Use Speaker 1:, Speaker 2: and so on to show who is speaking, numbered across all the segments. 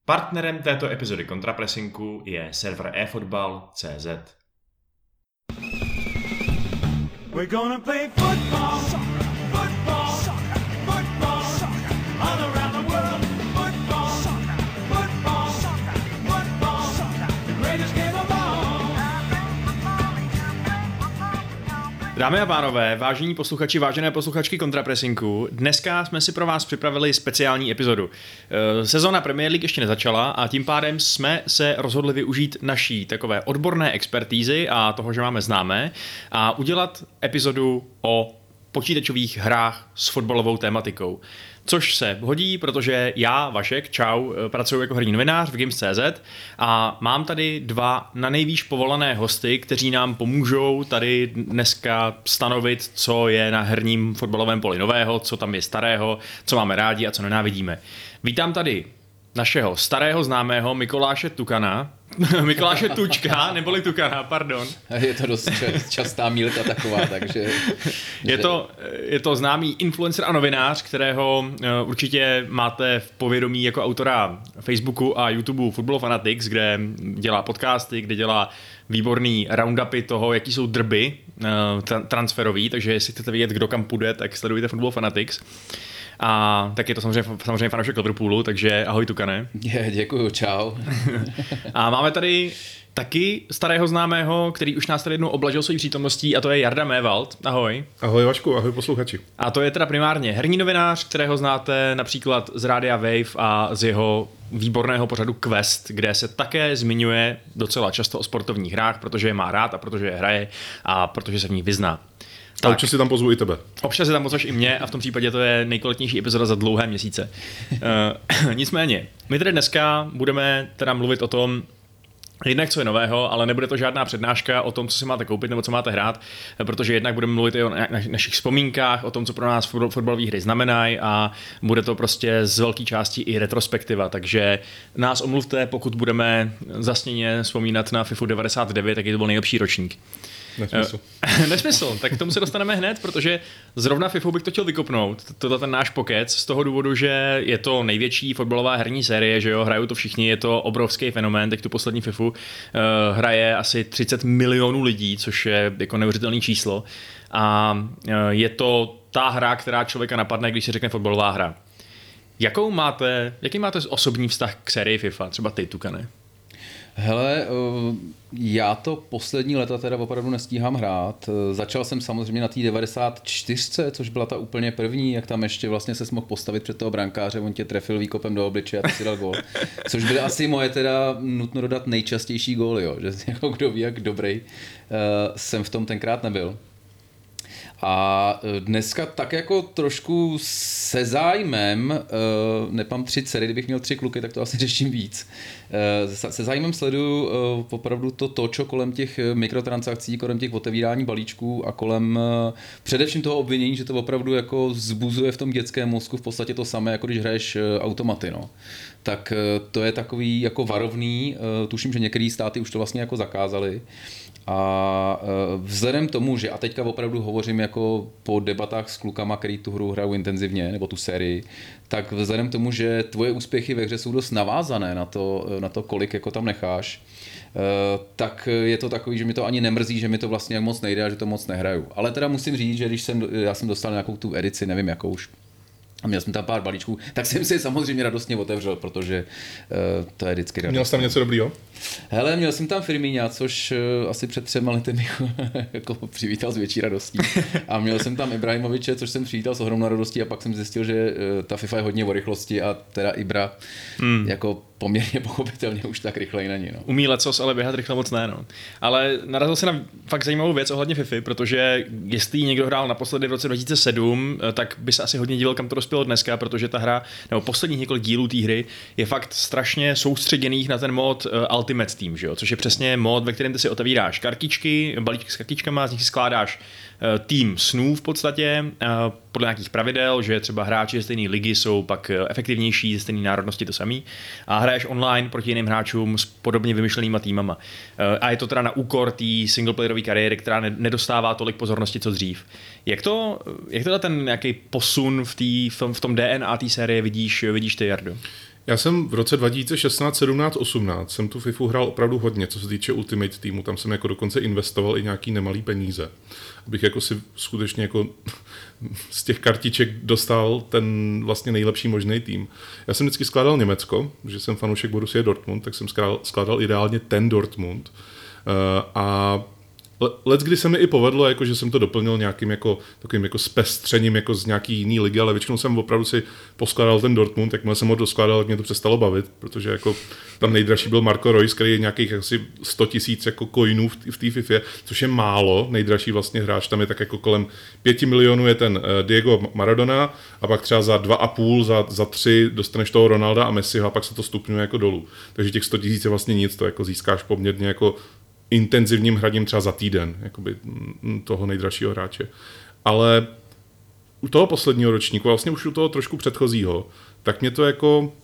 Speaker 1: Partnerem této epizody Kontrapresinku je server eFootball.cz. We're gonna play football, football, football, all around the world. Football, football, football, the greatest game of all. Dámy a pánové, vážení posluchači, vážené posluchačky Kontrapresinku, dneska jsme si pro vás připravili speciální epizodu. Sezóna Premier League ještě nezačala a tím pádem jsme se rozhodli využít naší takové odborné expertízy a toho, že máme známé, a udělat epizodu o počítačových hrách s fotbalovou tématikou. Což se hodí, protože já, Vašek, čau, pracuji jako herní novinář v Games.cz a mám tady dva na nejvýš povolané hosty, kteří nám pomůžou tady dneska stanovit, co je na herním fotbalovém poli nového, co tam je starého, co máme rádi a co nenávidíme. Vítám tady našeho starého známého Mikoláše Tukana, Mikoláše Tučka, neboli Tukana, pardon.
Speaker 2: Je to dost častá mýlka taková, takže...
Speaker 1: Je to známý influencer a novinář, kterého určitě máte v povědomí jako autora Facebooku a YouTubeu Football Fanatics, kde dělá podcasty, kde dělá výborný roundupy toho, jaký jsou drby transferový, takže jestli chcete vědět, kdo kam půjde, tak sledujte Football Fanatics. A tak je to samozřejmě fanoušek Liverpoolu, takže ahoj Tukane.
Speaker 2: Děkuju, čau.
Speaker 1: A máme tady taky starého známého, který už nás tady jednou oblažil svojí přítomností, a to je Jarda Méwald. Ahoj.
Speaker 3: Ahoj Vašku, ahoj posluchači.
Speaker 1: A to je teda primárně herní novinář, kterého znáte například z Rádia Wave a z jeho výborného pořadu Quest, kde se také zmiňuje docela často o sportovních hrách, protože je má rád a protože je hraje a protože se v nich vyzná.
Speaker 3: Tak. Občas si tam pozvu i tebe.
Speaker 1: Občas si tam pozveš i mě a v tom případě to je nejkvalitnější epizoda za dlouhé měsíce. Nicméně, my tady dneska budeme teda mluvit o tom, jednak co je nového, ale nebude to žádná přednáška o tom, co si máte koupit nebo co máte hrát, protože jednak budeme mluvit i o našich vzpomínkách, o tom, co pro nás fotbalové hry znamenají, a bude to prostě z velké části i retrospektiva, takže nás omluvte, pokud budeme zasněně vzpomínat na FIFA 99, tak je to byl nejlepší ročník. Nesmysl, tak k tomu se dostaneme hned, protože zrovna FIFA bych to chtěl vykopnout, tohle ten náš pokec, z toho důvodu, že je to největší fotbalová herní série, že jo, hrajou to všichni, je to obrovský fenomén, tak tu poslední FIFA hraje asi 30 milionů lidí, což je jako neuvěřitelný číslo, a je to ta hra, která člověka napadne, když se řekne fotbalová hra. Jaký máte osobní vztah k sérii FIFA, třeba ty, Tukane?
Speaker 2: Hele, já to poslední leta teda opravdu nestíhám hrát. Začal jsem samozřejmě na té 94, což byla ta úplně první, jak tam ještě vlastně se mohl postavit před toho brankáře, on tě trefil výkopem do obličeje a ty si dal gól. Což byly asi moje teda, nutno dodat, nejčastější góly, jo, že jako kdo ví, jak dobrý jsem v tom tenkrát nebyl. A dneska tak jako trošku se zájmem, nepám 3 dcery, kdybych měl 3 kluky, tak to asi řeším víc. Se zájmem sleduju opravdu to točo kolem těch mikrotransakcí, kolem těch otevírání balíčků a kolem především toho obvinění, že to opravdu jako zbuzuje v tom dětském mozku v podstatě to samé, jako když hraješ automaty, no. Tak to je takový jako varovný, tuším, že některé státy už to vlastně jako zakázali. A vzhledem tomu, že a teďka opravdu hovořím jako po debatách s klukama, který tu hru hrajou intenzivně, nebo tu sérii, tak vzhledem tomu, že tvoje úspěchy ve hře jsou dost navázané na to kolik jako tam necháš, tak je to takový, že mi to ani nemrzí, že mi to vlastně moc nejde a že to moc nehraju. Ale teda musím říct, že když já jsem dostal nějakou tu edici, nevím jakou už, a měl jsem tam pár balíčků, tak jsem si je samozřejmě radostně otevřel, protože to je vždycky radost.
Speaker 3: Měl jsi tam něco dobrýho?
Speaker 2: Hele, měl jsem tam Firmíňa, což asi před 3 lety bych jako přivítal s větší radostí. A měl jsem tam Ibrahimoviče, což jsem přivítal s ohromnou radostí, a pak jsem zjistil, že ta FIFA je hodně o rychlosti a teda Ibra jako poměrně pochopitelně už tak rychlej není. No.
Speaker 1: Umí lecos, ale běhat rychle moc ne. No. Ale narazil se na fakt zajímavou věc ohledně FIFA, protože jestli někdo hrál naposledy v roce 2007, tak by se asi hodně díval, kam to dospělo dneska, protože ta hra, nebo posledních několik dílů té hry, je fakt strašně soustředěných na ten mod Ultimate Team, že jo? Což je přesně mod, ve kterém ty si otevíráš kartičky, balíčky s kartičkama, z nich si skládáš tým snů v podstatě, podle nějakých pravidel, že třeba hráči ze stejné ligy jsou pak efektivnější, ze stejné národnosti to samý, a hraješ online proti jiným hráčům s podobně vymyšlenýma týmama. A je to teda na úkor té singleplayerové kariéry, která nedostává tolik pozornosti, co dřív. Jak teda ten nějaký posun v tom DNA té série vidíš ty, Jardo?
Speaker 3: Já jsem v roce 2016, 17, 18 jsem tu FIFU hrál opravdu hodně, co se týče Ultimate týmu. Tam jsem jako dokonce investoval i nějaký nemalý peníze, abych jako si skutečně jako z těch kartiček dostal ten vlastně nejlepší možný tým. Já jsem vždycky skládal Německo, že jsem fanoušek Borussia Dortmund, tak jsem skládal ideálně ten Dortmund. A leckdy se mi i povedlo, jako, že jsem to doplnil nějakým jako, takovým jako zpestřením jako z nějaký jiný ligy, ale většinou jsem opravdu si poskládal ten Dortmund, jakmile jsem ho doskládal, tak mě to přestalo bavit, protože jako tam nejdražší byl Marco Reus, který je nějakých asi 100 000 jako coinů v té FIFA, což je málo, nejdražší vlastně hráč, tam je tak jako kolem 5 milionů je ten Diego Maradona a pak třeba za 2,5, za 3 dostaneš toho Ronalda a Messiho a pak se to stupňuje jako dolů. Takže těch 100 000 je vlastně nic, to jako získáš poměrně jako intenzivním hraním třeba za týden, jakoby toho nejdražšího hráče. Ale u toho posledního ročníku, vlastně už u toho trošku předchozího, tak mě to jako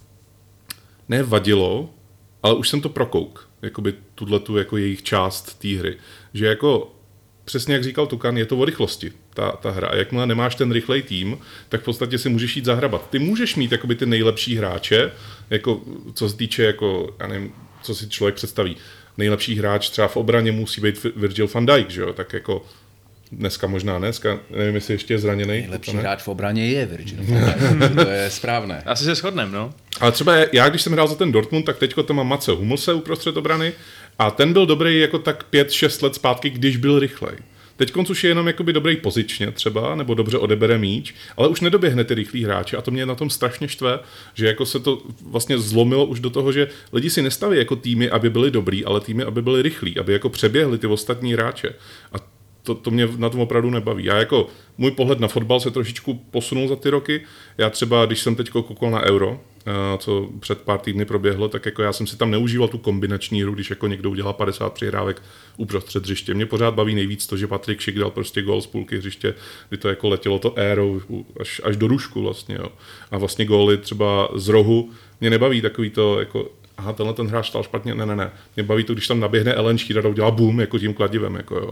Speaker 3: nevadilo, ale už jsem to prokouk, jakoby tuhletu jako jejich část té hry. Že jako přesně jak říkal Tukan, je to o rychlosti, ta hra. A jakmile nemáš ten rychlej tým, tak v podstatě si můžeš jít zahrabat. Ty můžeš mít jakoby ty nejlepší hráče, jako, co se týče, jako, já nevím, co si člověk představí. Nejlepší hráč třeba v obraně musí být Virgil van Dijk, že jo? Tak jako dneska, nevím, jestli ještě je zraněný.
Speaker 2: Nejlepší hráč v obraně je Virgil van Dijk, to je správné.
Speaker 1: Asi se shodneme, no.
Speaker 3: Ale třeba já, když jsem hrál za ten Dortmund, tak teďko tam mám Matse Hummelse uprostřed obrany a ten byl dobrý jako tak 5-6 let zpátky, když byl rychlej. Teď už je jenom jakoby dobrý pozičně třeba, nebo dobře odebere míč, ale už nedoběhne ty rychlí hráči a to mě na tom strašně štve, že jako se to vlastně zlomilo už do toho, že lidi si nestaví jako týmy, aby byli dobrý, ale týmy, aby byli rychlí, aby jako přeběhli ty ostatní hráče. A to mě na tom opravdu nebaví. Já jako, můj pohled na fotbal se trošičku posunul za ty roky. Já třeba, když jsem teď koukal na Euro, co před pár týdny proběhlo, tak jako já jsem si tam neužíval tu kombinační hru, když jako někdo udělal 50 přihrávek uprostřed hřiště. Mě pořád baví nejvíc to, že Patrik Schick dal prostě gól z půlky hřiště, kdy to jako letělo to éro až do rušku vlastně. Jo. A vlastně góly třeba z rohu mě nebaví takový to jako aha, tenhle ten hráč stal špatně, ne. Mě baví to, když tam naběhne Ellen Shearer a udělá boom jako tím kladivem. Jako jo.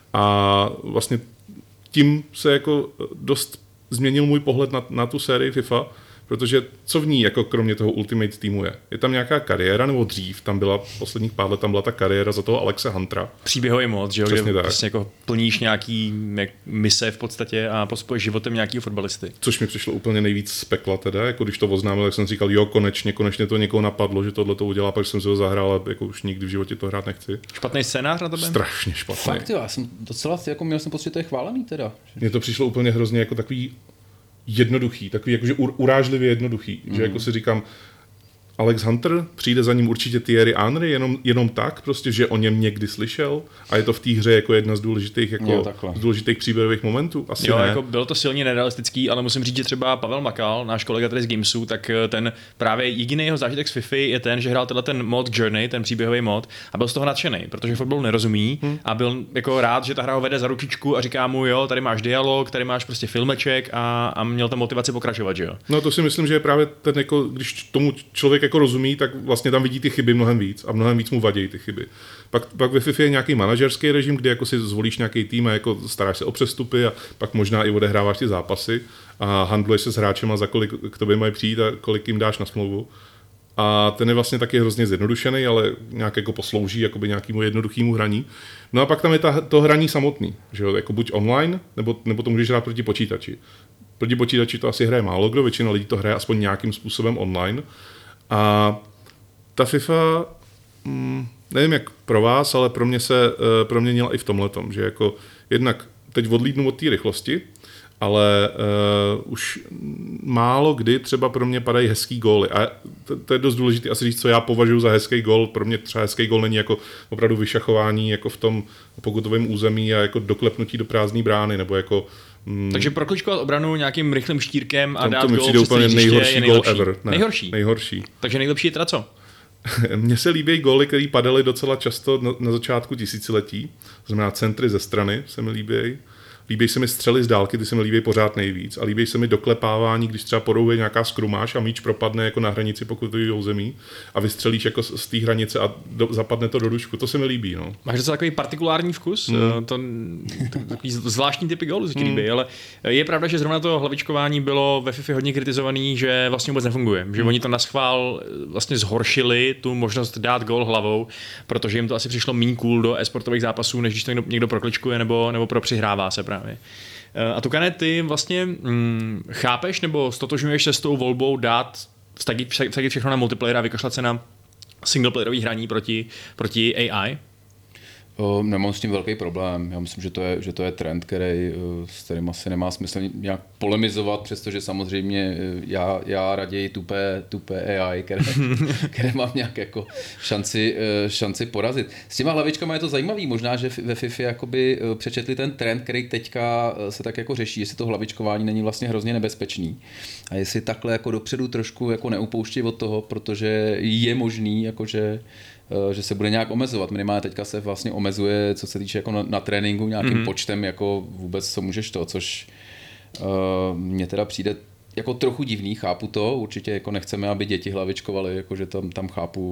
Speaker 3: A vlastně tím se jako dost změnil můj pohled na tu sérii FIFA, protože co v ní jako kromě toho Ultimate týmu je? Je tam nějaká kariéra, nebo dřív tam byla, posledních pár let tam byla ta kariéra za toho Alexe Huntera.
Speaker 1: Příběhový mod, že jo, kde vlastně jako plníš nějaký mise v podstatě a pospoješ životem nějakýho fotbalisty.
Speaker 3: Což mi přišlo úplně nejvíc z pekla teda, jako když to oznámil, tak jsem říkal, jo, konečně to někoho napadlo, že tohle to udělá, pak jsem si ho zahrál, ale jako už nikdy v životě to hrát nechci.
Speaker 1: Špatný scénář na tebe?
Speaker 3: Strašně špatný.
Speaker 2: Fakt jo, já jsem docela, jako měl jsem pocit, že to je chválený teda.
Speaker 3: Mně to přišlo úplně hrozně jako takový jednoduchý, takový jakože urážlivě jednoduchý, že jako si říkám, Alex Hunter, přijde za ním určitě Thierry Henry, jenom tak, prostě, že o něm někdy slyšel a je to v té hře jako jedna z důležitých, z důležitých příběhových momentů. Asi
Speaker 1: jo,
Speaker 3: ne.
Speaker 1: Jako bylo to silně nerealistický, ale musím říct, že třeba Pavel Makal, náš kolega tady z Gamesu, tak ten právě jediný jeho zážitek z FIFA je ten, že hrál ten mod Journey, ten příběhový mod a byl z toho nadšený, protože fotbalu nerozumí a byl jako rád, že ta hra ho vede za ručičku a říká mu, jo, tady máš dialog, tady máš prostě filmeček a měl tam motivaci pokračovat, že jo.
Speaker 3: No to si myslím, že je právě ten jako, když tomu člověk jako rozumí, tak vlastně tam vidí ty chyby mnohem víc a mnohem víc mu vadí ty chyby. Pak ve FIFA je nějaký manažerský režim, kde jako si zvolíš nějaký tým a jako staráš se o přestupy a pak možná i odehráváš ty zápasy a handluješ se s hráčema, za kolik k tobě mají přijít a kolik jim dáš na smlouvu. A ten je vlastně taky hrozně zjednodušený, ale nějak jako poslouží jakoby nějakému jednoduchému hraní. No a pak tam je to hraní samotný, že jo, jako buď online, nebo to můžeš hrát proti počítači. Proti počítači to asi hraje málo kdo, většina lidí to hraje aspoň nějakým způsobem online. A ta FIFA, nevím jak pro vás, ale pro mě se proměnila i v tomhletom, že jako jednak teď odlídnu od té rychlosti, ale už málo kdy třeba pro mě padají hezký góly. A to je dost důležité asi říct, co já považuji za hezký gól. Pro mě třeba hezký gól není jako opravdu vyšachování jako v tom pokutovém území a jako doklepnutí do prázdné brány, nebo jako
Speaker 1: takže prokličkovat obranu nějakým rychlým štírkem a dát
Speaker 3: gól přes úplně nejhorší gól ever.
Speaker 1: Ne, nejhorší. Takže nejlepší je teda co?
Speaker 3: Mně se líbí góly, které padaly docela často na začátku tisíciletí. To znamená centry ze strany se mi líbí. líbí se mi střely z dálky, ty se mi líbí pořád nejvíc a líbí se mi doklepávání, když třeba porouhuje nějaká skrumáž a míč propadne jako na hranici pokutového zemí a vystřelíš jako z té hranice a zapadne to do dušku. To se mi líbí. No.
Speaker 1: Máš docela takový partikulární vkus, to takový zvláštní typy gólů se ti líbí, ale je pravda, že zrovna to hlavičkování bylo ve FIFA hodně kritizovaný, že vlastně vůbec nefunguje, že oni to naschvál vlastně zhoršili tu možnost dát gól hlavou, protože jim to asi přišlo méně cool do e-sportových zápasů, než když to někdo prokličkuje nebo propřihrává se právě. A Tukane, ty vlastně chápeš nebo stotožňuješ se s tou volbou dát vsadit všechno na multiplayer a vykašlat se na singleplayerový hraní proti AI?
Speaker 2: Nemám s tím velký problém. Já myslím, že to je trend, s kterým asi nemá smysl nějak polemizovat, přestože samozřejmě já raději tupé AI, které mám nějak jako šanci porazit. S těma hlavičkama je to zajímavý, možná, že ve FIFA jakoby přečetli ten trend, který teďka se tak jako řeší, jestli to hlavičkování není vlastně hrozně nebezpečný. A jestli takhle jako dopředu trošku jako neupouští od toho, protože je možný, jakože že se bude nějak omezovat. Minimálně teďka se vlastně omezuje, co se týče jako na tréninku nějakým počtem, jako vůbec co můžeš to, což mně teda přijde jako trochu divný, chápu to, určitě jako nechceme, aby děti hlavičkovaly, jakože tam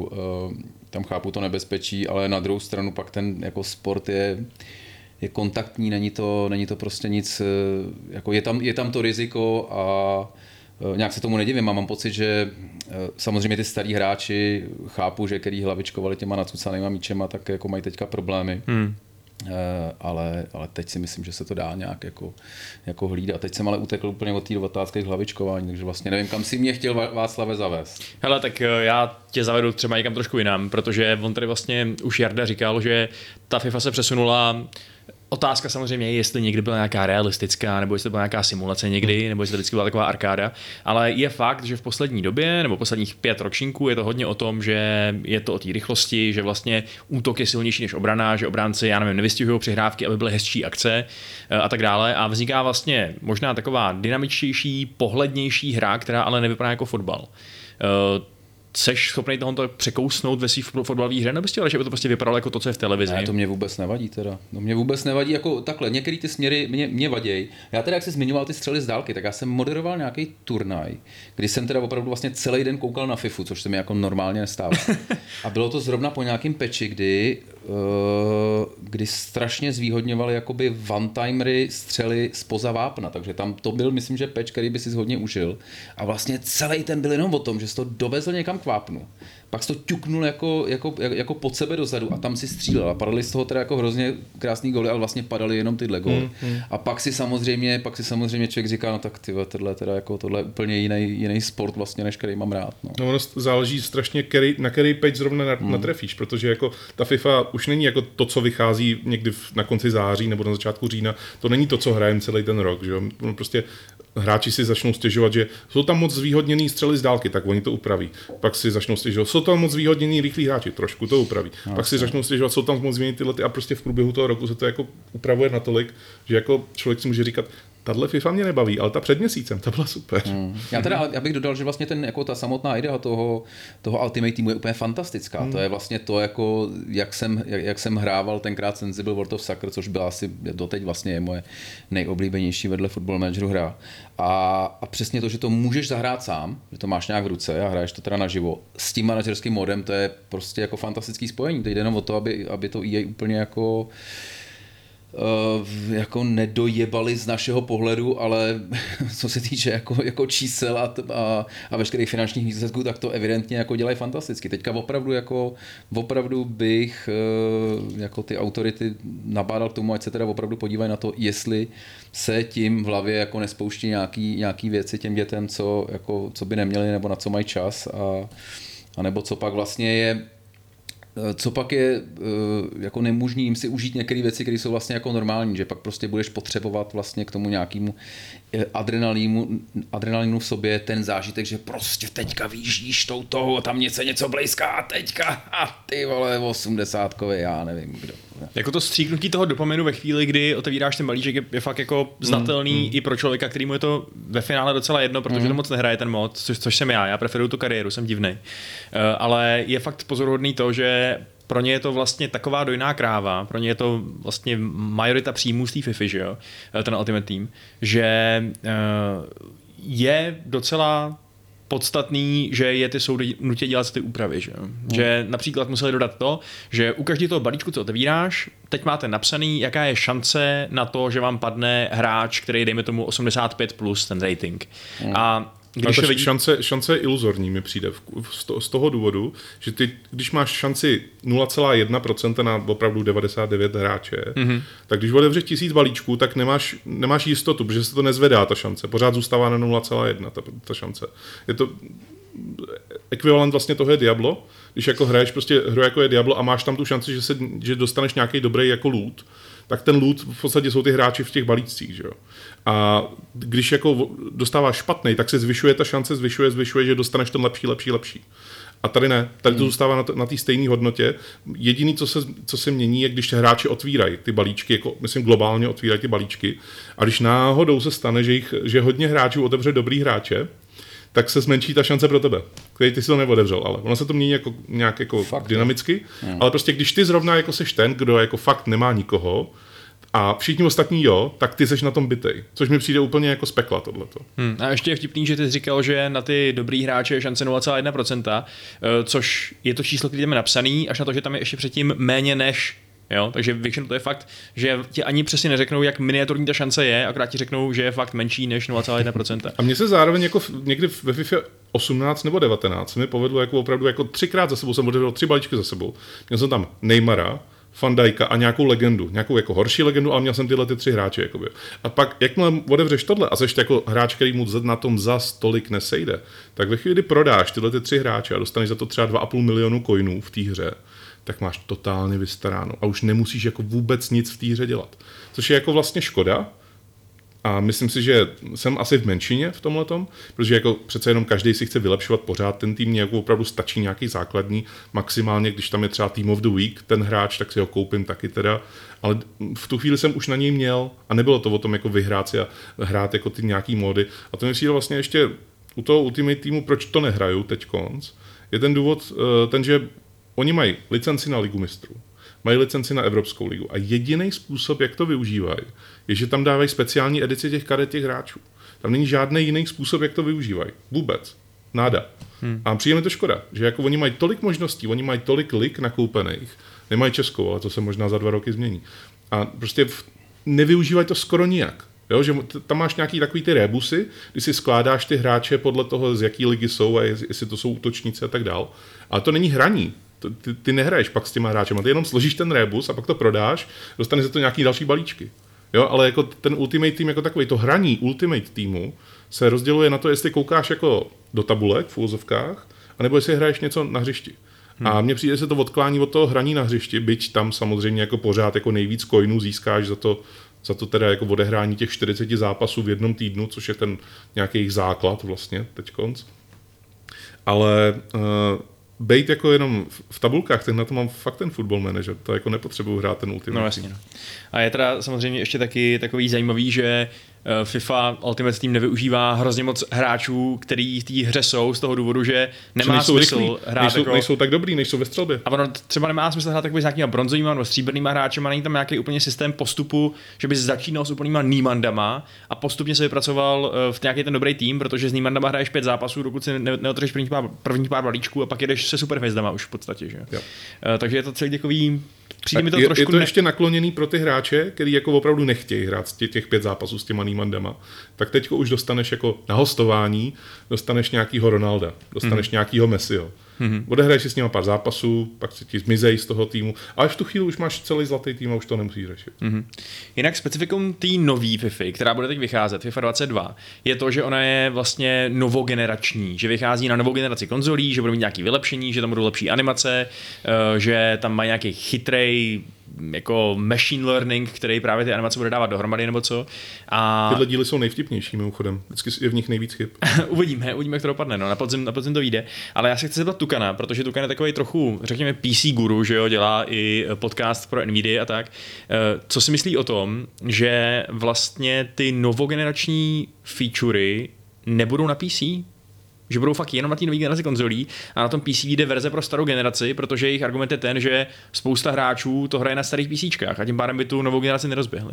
Speaker 2: chápu to nebezpečí, ale na druhou stranu pak ten jako sport je kontaktní, není to prostě nic, jako je tam to riziko a nějak se tomu nedivím. Mám pocit, že samozřejmě ty starý hráči chápu, že který hlavičkovali těma nacucanýma míčema, tak jako mají teďka problémy. Ale teď si myslím, že se to dá nějak jako hlídat. Teď jsem ale utekl úplně od té otázky k hlavičkování, takže vlastně nevím, kam si mě chtěl Václave zavést.
Speaker 1: Hele, tak já tě zavedu třeba někam trošku jinam, protože on tady vlastně už Jarda říkal, že ta FIFA se přesunula. Otázka samozřejmě je, jestli někdy byla nějaká realistická, nebo jestli byla nějaká simulace někdy, nebo jestli to vždycky byla taková arkáda, ale je fakt, že v poslední době, nebo posledních 5 ročníků je to hodně o tom, že je to o té rychlosti, že vlastně útok je silnější než obrana, že obránci, já nevím, nevystihují přihrávky, aby byly hezčí akce a tak dále a vzniká vlastně možná taková dynamičtější, pohlednější hra, která ale nevypadá jako fotbal. Seš schopný tohoto překousnout ve svých fotbalové hře, nebo ale že by to prostě vypadalo jako to, co je v televizi?
Speaker 2: Ne, to mě vůbec nevadí teda. To mě vůbec nevadí, jako takhle, některé ty směry mě vadějí. Já teda, jak jsi zmiňoval ty střely z dálky, tak já jsem moderoval nějaký turnaj, kdy jsem teda opravdu vlastně celý den koukal na FIFU, což se mi jako normálně nestává. A bylo to zrovna po nějakým peči, kdy strašně zvýhodňovali jakoby one-timery střely spoza vápna, takže tam to byl, myslím, že peč, který by si hodně užil. A vlastně celý ten byl jenom o tom, že jsi to dovezl někam k vápnu. Pak jsi to ťuknul jako pod sebe dozadu a tam si střílel. A padaly z toho teda jako hrozně krásný góly, ale vlastně padaly jenom tyhle góly. A pak si samozřejmě člověk říká, no tak tyhle, tohle je úplně jiný sport vlastně, než který mám rád. No
Speaker 3: ono záleží strašně, na který patch zrovna natrefíš, protože jako ta FIFA už není jako to, co vychází někdy na konci září nebo na začátku října. To není to, co hrajeme celý ten rok, že jo? Prostě hráči si začnou stěžovat, že jsou tam moc zvýhodněný střely z dálky, tak oni to upraví. Pak si začnou stěžovat, jsou tam moc zvýhodněný rychlí hráči, trošku to upraví. Pak si začnou stěžovat, jsou tam moc zvýhodněný tyhle a prostě v průběhu toho roku se to jako upravuje natolik, že jako člověk si může říkat, tahle FIFA mě nebaví, ale ta před měsícem, ta byla super.
Speaker 2: Já teda, já bych dodal, že vlastně jako ta samotná idea toho Ultimate Teamu je úplně fantastická. To je vlastně to, jako, jak jsem hrával tenkrát Sensible World of Soccer, což byla asi doteď vlastně je moje nejoblíbenější vedle Football Manageru hra. A přesně to, že to můžeš zahrát sám, že to máš nějak v ruce a hraješ to teda naživo. S tím manažerským modem to je prostě jako fantastický spojení. To jde jenom o to, aby to EA úplně jako nedojebali z našeho pohledu, ale co se týče jako čísel a veškerých finančních výsledků, tak to evidentně jako dělají fantasticky. Teďka opravdu bych jako ty autority nabádal k tomu, ať se teda opravdu podívají na to, jestli se tím v hlavě jako nespouští nějaký věci těm dětem, co by neměli nebo na co mají čas a nebo co pak vlastně je jako nemožný jim si užít některé věci, které jsou vlastně jako normální, že pak prostě budeš potřebovat vlastně k tomu nějakému adrenalinu v sobě ten zážitek, že prostě teďka výjíždíš toutou a tam něco blízká a teďka a ty vole 80kový, já nevím kdo.
Speaker 1: Jako to stříknutí toho dopaminu ve chvíli, kdy otevíráš ten balíček, je fakt jako znatelný i pro člověka, kterýmu je to ve finále docela jedno, protože to moc nehraje ten mod, což jsem já preferuju tu kariéru, jsem divnej. Ale je fakt pozoruhodný to, že pro ně je to vlastně taková dojná kráva, pro ně je to vlastně majorita příjmů z té FIFA, že jo, ten Ultimate Team, že je docela podstatný, že je ty soudy nutě dělat ty úpravy. Že? Že například museli dodat to, že u každého toho balíčku, co otevíráš, teď máte napsaný, jaká je šance na to, že vám padne hráč, který dejme tomu 85 plus ten rating. A když
Speaker 3: ta šance je iluzorní, mi přijde z toho důvodu, že ty, když máš šanci 0,1% na opravdu 99 hráče, tak když otevřeš 1000 balíčků, tak nemáš jistotu, protože se to nezvedá ta šance. Pořád zůstává na 0,1 ta šance. Je to ekvivalent vlastně toho je Diablo, když jako hraješ prostě hru jako je Diablo a máš tam tu šanci, že dostaneš nějaký dobrý jako loot, tak ten loot v podstatě jsou ty hráči v těch balíčcích, že jo. A když jako dostáváš špatný, tak se zvyšuje ta šance, zvyšuje, že dostaneš ten lepší. A tady ne, tady to zůstává na té stejné hodnotě. Jediný, co se mění, je, když hráči otvírají ty balíčky, jako myslím globálně otvírají ty balíčky, a když náhodou se stane, že hodně hráčů otevře dobrý hráče, tak se zmenší ta šance pro tebe, který ty si to neotevřel, ale ono se to mění jako, nějak jako dynamicky, ale prostě když ty zrovna jako seš ten, kdo jako fakt nemá nikoho a všichni ostatní jo, tak ty seš na tom bitej, což mi přijde úplně jako z pekla tohleto.
Speaker 1: A ještě je vtipný, že ty jsi říkal, že na ty dobrý hráče je šance 0,1%, což je to číslo, které tam je napsaný, až na to, že tam je ještě předtím méně než. Jo, takže většinou to je fakt, že ti ani přesně neřeknou, jak miniaturní ta šance je, akorát ti řeknou, že je fakt menší než 0,1%.
Speaker 3: A mně se zároveň jako někdy ve FIFA 18 nebo 19 mi povedlo jako opravdu jako 3krát za sebou, jsem otevřel 3 balíčky za sebou. Měl jsem tam Neymara, Van Dijka a nějakou legendu, nějakou jako horší legendu, ale měl jsem tyhle 3 hráče. Jakoby. A pak, jakmile otevřeš tohle a seš jako hráč, který mu na tom za tolik nesejde, tak ve chvíli, kdy prodáš tyhle 3 hráče a dostaneš za to třeba 2,5 milionu coinů v té hře, tak máš totálně vystaráno a už nemusíš jako vůbec nic v té hře dělat. Což je jako vlastně škoda a myslím si, že jsem asi v menšině v tomhletom, protože jako přece jenom každý si chce vylepšovat pořád ten tým, jako opravdu stačí nějaký základní, maximálně, když tam je třeba Team of the Week, ten hráč, tak si ho koupím taky teda, ale v tu chvíli jsem už na něj měl a nebylo to o tom jako vyhrát si a hrát jako ty nějaký módy. A to mi přijde vlastně ještě u toho Ultimate týmu, proč to nehraju teďkonc, je ten důvod ten, že oni mají licenci na Ligu mistrů, mají licenci na Evropskou ligu a jediný způsob, jak to využívají, je, že tam dávají speciální edici těch karet těch hráčů. Tam není žádný jiný způsob, jak to využívají. Vůbec. Náda. A přijde mi to škoda, že jako oni mají tolik možností, oni mají tolik lig nakoupených, nemají českou, ale to se možná za 2 roky změní. A prostě nevyužívají to skoro nijak. Jo, že tam máš nějaký takový ty rébusy, kdy si skládáš ty hráče podle toho, z jaký ligy jsou a jestli to jsou útočníci a tak dál. Ale to není hraní. Ty nehraješ pak s těma hráčema, ty jenom složíš ten rébus a pak to prodáš, dostaneš za to nějaký další balíčky. Jo, ale jako ten Ultimate Team jako takový, to hraní Ultimate Teamu se rozděluje na to, jestli koukáš jako do tabulek v úvozovkách, anebo jestli hraješ něco na hřišti. A mně přijde, že se to odklání od toho hraní na hřišti, byť tam samozřejmě jako pořád jako nejvíc coinů získáš za to teda jako odehrání těch 40 zápasů v jednom týdnu, což je ten nějaký jejich základ vlastně teďkonc. Ale bejt jako jenom v tabulkách, tak na to mám fakt ten Football Manager, to jako nepotřebuji hrát ten Ultimate.
Speaker 1: No jasně. A je teda samozřejmě ještě taky takový zajímavý, že FIFA Ultimate Team nevyužívá hrozně moc hráčů, který v té hře jsou z toho důvodu, že nemá smysl hrát
Speaker 3: nejsou tak dobrý, nejsou ve střelbě.
Speaker 1: A ono třeba nemá smysl hrát takový s nějakýma bronzovýma nebo stříbrnýma hráčema, není tam nějaký úplně systém postupu, že bys začínal s úplnýma Niemandama a postupně se vypracoval v nějaký ten dobrý tým, protože s Niemandama hraješ 5 zápasů, dokud si neotržeš první pár balíčků a pak jedeš se superhvězdama už v podstatě, že? Takže je to celý takový.
Speaker 3: Je to ještě nakloněný pro ty hráče, který jako opravdu nechtějí hrát těch 5 zápasů s těma Niemandama. Tak teďko už dostaneš jako na hostování, dostaneš nějakýho Ronalda, dostaneš nějakýho Messiho. Odehraješ si s nima pár zápasů, pak si ti zmizej z toho týmu, ale v tu chvíli už máš celý zlatý tým a už to nemusíš řešit.
Speaker 1: Jinak specifikum té nový FIFA, která bude teď vycházet, FIFA 22, je to, že ona je vlastně novogenerační, že vychází na novou generaci konzolí, že budou mít nějaké vylepšení, že tam budou lepší animace, že tam mají nějaký chytrej jako machine learning, který právě ty animace bude dávat dohromady nebo co. A
Speaker 3: tyhle díly jsou nejvtipnější mimochodem. Vždycky je v nich nejvíc chyb.
Speaker 1: uvidíme, jak to dopadne. No, na podzim to vyjde. Ale já se chci zeptat Tukana, protože Tukan je takový trochu, řekněme, PC guru, že jo, dělá i podcast pro Nvidia a tak. Co si myslí o tom, že vlastně ty novogenerační featurey nebudou na PC? že budou fakt jenom na té nové generaci konzolí a na tom PC jde verze pro starou generaci, protože jejich argument je ten, že spousta hráčů to hraje na starých PCčkách a tím pádem by tu novou generaci nerozběhli.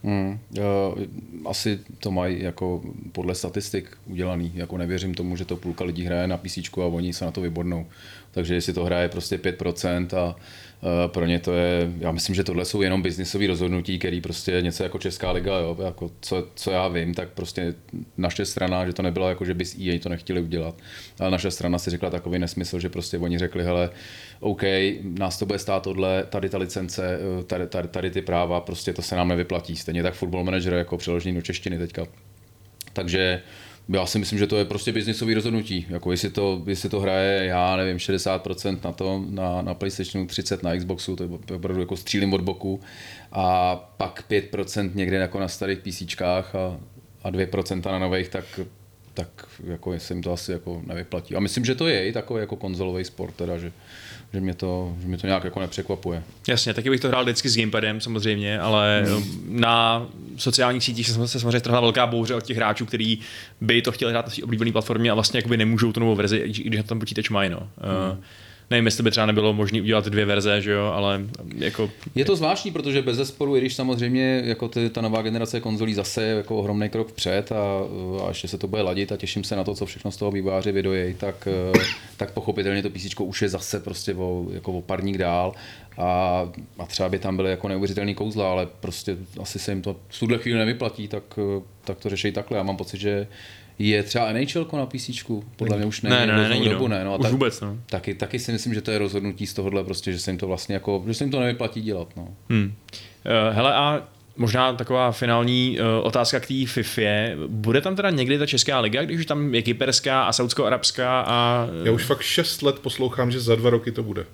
Speaker 2: Asi to mají jako podle statistik udělaný, jako nevěřím tomu, že to půlka lidí hraje na PCčku a oni se na to vybodnou. Takže jestli to hraje prostě 5% a pro ně to je, já myslím, že tohle jsou jenom biznisové rozhodnutí, který prostě něco jako Česká liga, jo, jako co já vím, tak prostě naše strana, že to nebylo jako, že by s EA to nechtěli udělat, ale naše strana si řekla takový nesmysl, že prostě oni řekli, hele, OK, nás to bude stát tohle, tady ta licence, tady ty práva, prostě to se nám nevyplatí, stejně tak Football Manager jako přeložení do češtiny teďka. Takže já si myslím, že to je prostě biznisový rozhodnutí. Jako jestli to hraje, já nevím, 60% na to, na PlayStationu, 30% na Xboxu, to je opravdu jako střílím od boku. A pak 5% někde jako na starých PCčkách a 2% na nových, tak jako se jim to asi jako nevyplatí. A myslím, že to je i takový jako konzolový sport, teda, že mě to nějak jako nepřekvapuje.
Speaker 1: Jasně, taky bych to hrál vždycky s gamepadem samozřejmě, ale na sociálních sítích se samozřejmě trhla velká bouře od těch hráčů, kteří by to chtěli hrát na své oblíbené platformě a vlastně jakoby nemůžou tu novou verzi, i když na tom počítač mají. No. Nevím, jestli by třeba nebylo možné udělat 2 verze, že jo, ale jako...
Speaker 2: Je to zvláštní, protože bez zesporu, i když samozřejmě jako ta nová generace konzolí zase je jako ohromný krok vpřed a ještě se to bude ladit a těším se na to, co všechno z toho vývojáři vydojí, tak pochopitelně to PC už je zase prostě o parník dál a třeba by tam byly jako neuvěřitelný kouzla, ale prostě asi se jim to v tuhle chvíli nevyplatí, tak to řeší takhle. Já mám pocit, že je třeba NHL na PCčku, podle mě už není dobu, ne. No,
Speaker 1: už vůbec, no.
Speaker 2: Taky si myslím, že to je rozhodnutí z tohohle prostě, že se jim to vlastně jako, že se jim to nevyplatí dělat, no.
Speaker 1: Hele a možná taková finální otázka k té FIFA. Bude tam teda někdy ta Česká liga, když už tam je kyperská a saudsko-arabská a...
Speaker 3: Já už fakt 6 let poslouchám, že za 2 roky to bude.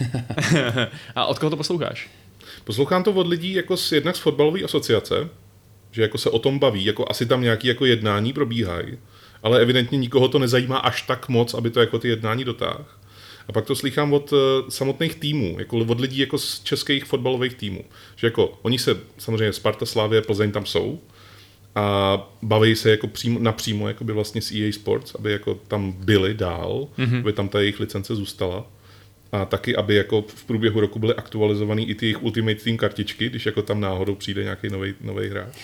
Speaker 1: A od koho to posloucháš?
Speaker 3: Poslouchám to od lidí jako jednak z fotbalové asociace, že jako se o tom baví, jako asi tam nějaké jako jednání probíhají, ale evidentně nikoho to nezajímá až tak moc, aby to jako ty jednání dotáhl. A pak to slychám od samotných týmů, jako od lidí jako z českých fotbalových týmů, že jako oni se samozřejmě Sparta, Slavie, Plzeň tam jsou a baví se jako napřímo jako by vlastně s EA Sports, aby jako tam byli dál, aby tam ta jejich licence zůstala. A taky, aby jako v průběhu roku byly aktualizovaný i ty jejich Ultimate Team kartičky, když jako tam náhodou přijde nějaký nový hráč.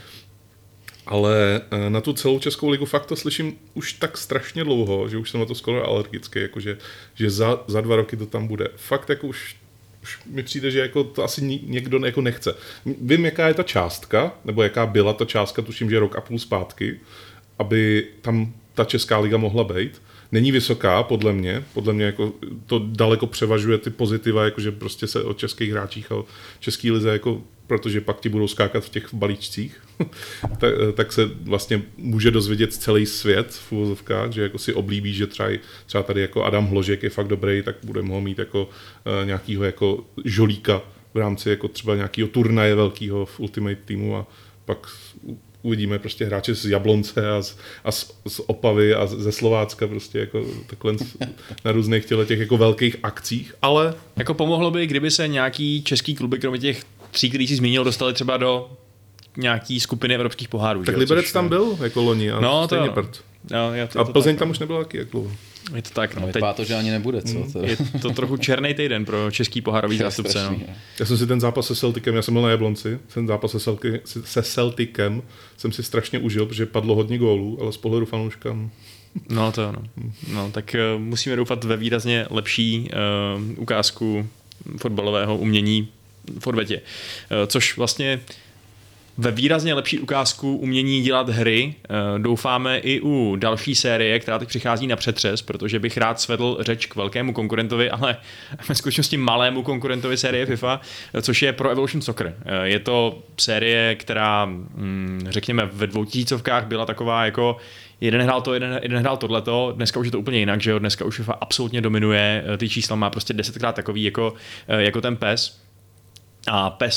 Speaker 3: Ale na tu celou Českou ligu fakt to slyším už tak strašně dlouho, že už jsem na to skoro alergický, jakože, že za 2 roky to tam bude. Fakt jako už mi přijde, že jako to asi někdo jako nechce. Vím, jaká je ta částka, nebo jaká byla ta částka, tuším, že 1,5 roku zpátky, aby tam ta Česká liga mohla být. Není vysoká, podle mě jako to daleko převažuje ty pozitiva, jakože prostě se o českých hráčích a o český lize, jako, protože pak ti budou skákat v těch balíčcích, tak se vlastně může dozvědět celý svět v uvozovkách, že jako si oblíbí, že třeba tady jako Adam Hložek je fakt dobrý, tak bude ho mít jako nějakýho jako žolíka v rámci jako třeba nějakého turnaje velkého v Ultimate Teamu a pak uvidíme prostě hráče z Jablonce a z Opavy a ze Slovácka prostě jako takhle na různých těch jako velkých akcích, ale...
Speaker 1: Jako pomohlo by, kdyby se nějaký český kluby, kromě těch 3, který jsi zmínil, dostali třeba do nějaký skupiny evropských pohárů.
Speaker 3: Tak Liberec tam byl jako loni a stejně prd. A Plzeň tam už nebyla taky jak dlouho.
Speaker 1: Je to tak, no.
Speaker 2: Vypadá to, že ani nebude, co?
Speaker 1: Je to trochu černý týden pro český pohárový zástupce. No.
Speaker 3: Já jsem si ten zápas se Celticem, já jsem byl na Jablonci, ten zápas se Celticem jsem si strašně užil, protože padlo hodně gólů, ale z pohledu fanouška...
Speaker 1: No to ano. No, tak musíme doufat ve výrazně lepší ukázku fotbalového umění v odvetě. Což vlastně ve výrazně lepší ukázku umění dělat hry doufáme i u další série, která teď přichází na přetřes, protože bych rád svedl řeč k velkému konkurentovi, ale ve skutečnosti malému konkurentovi série FIFA, což je Pro Evolution Soccer. Je to série, která, řekněme, ve 2000kách byla taková jako jeden hrál tohleto, dneska už je to úplně jinak, že jo, dneska už FIFA absolutně dominuje, ty čísla má prostě 10krát takový jako ten PES. A PES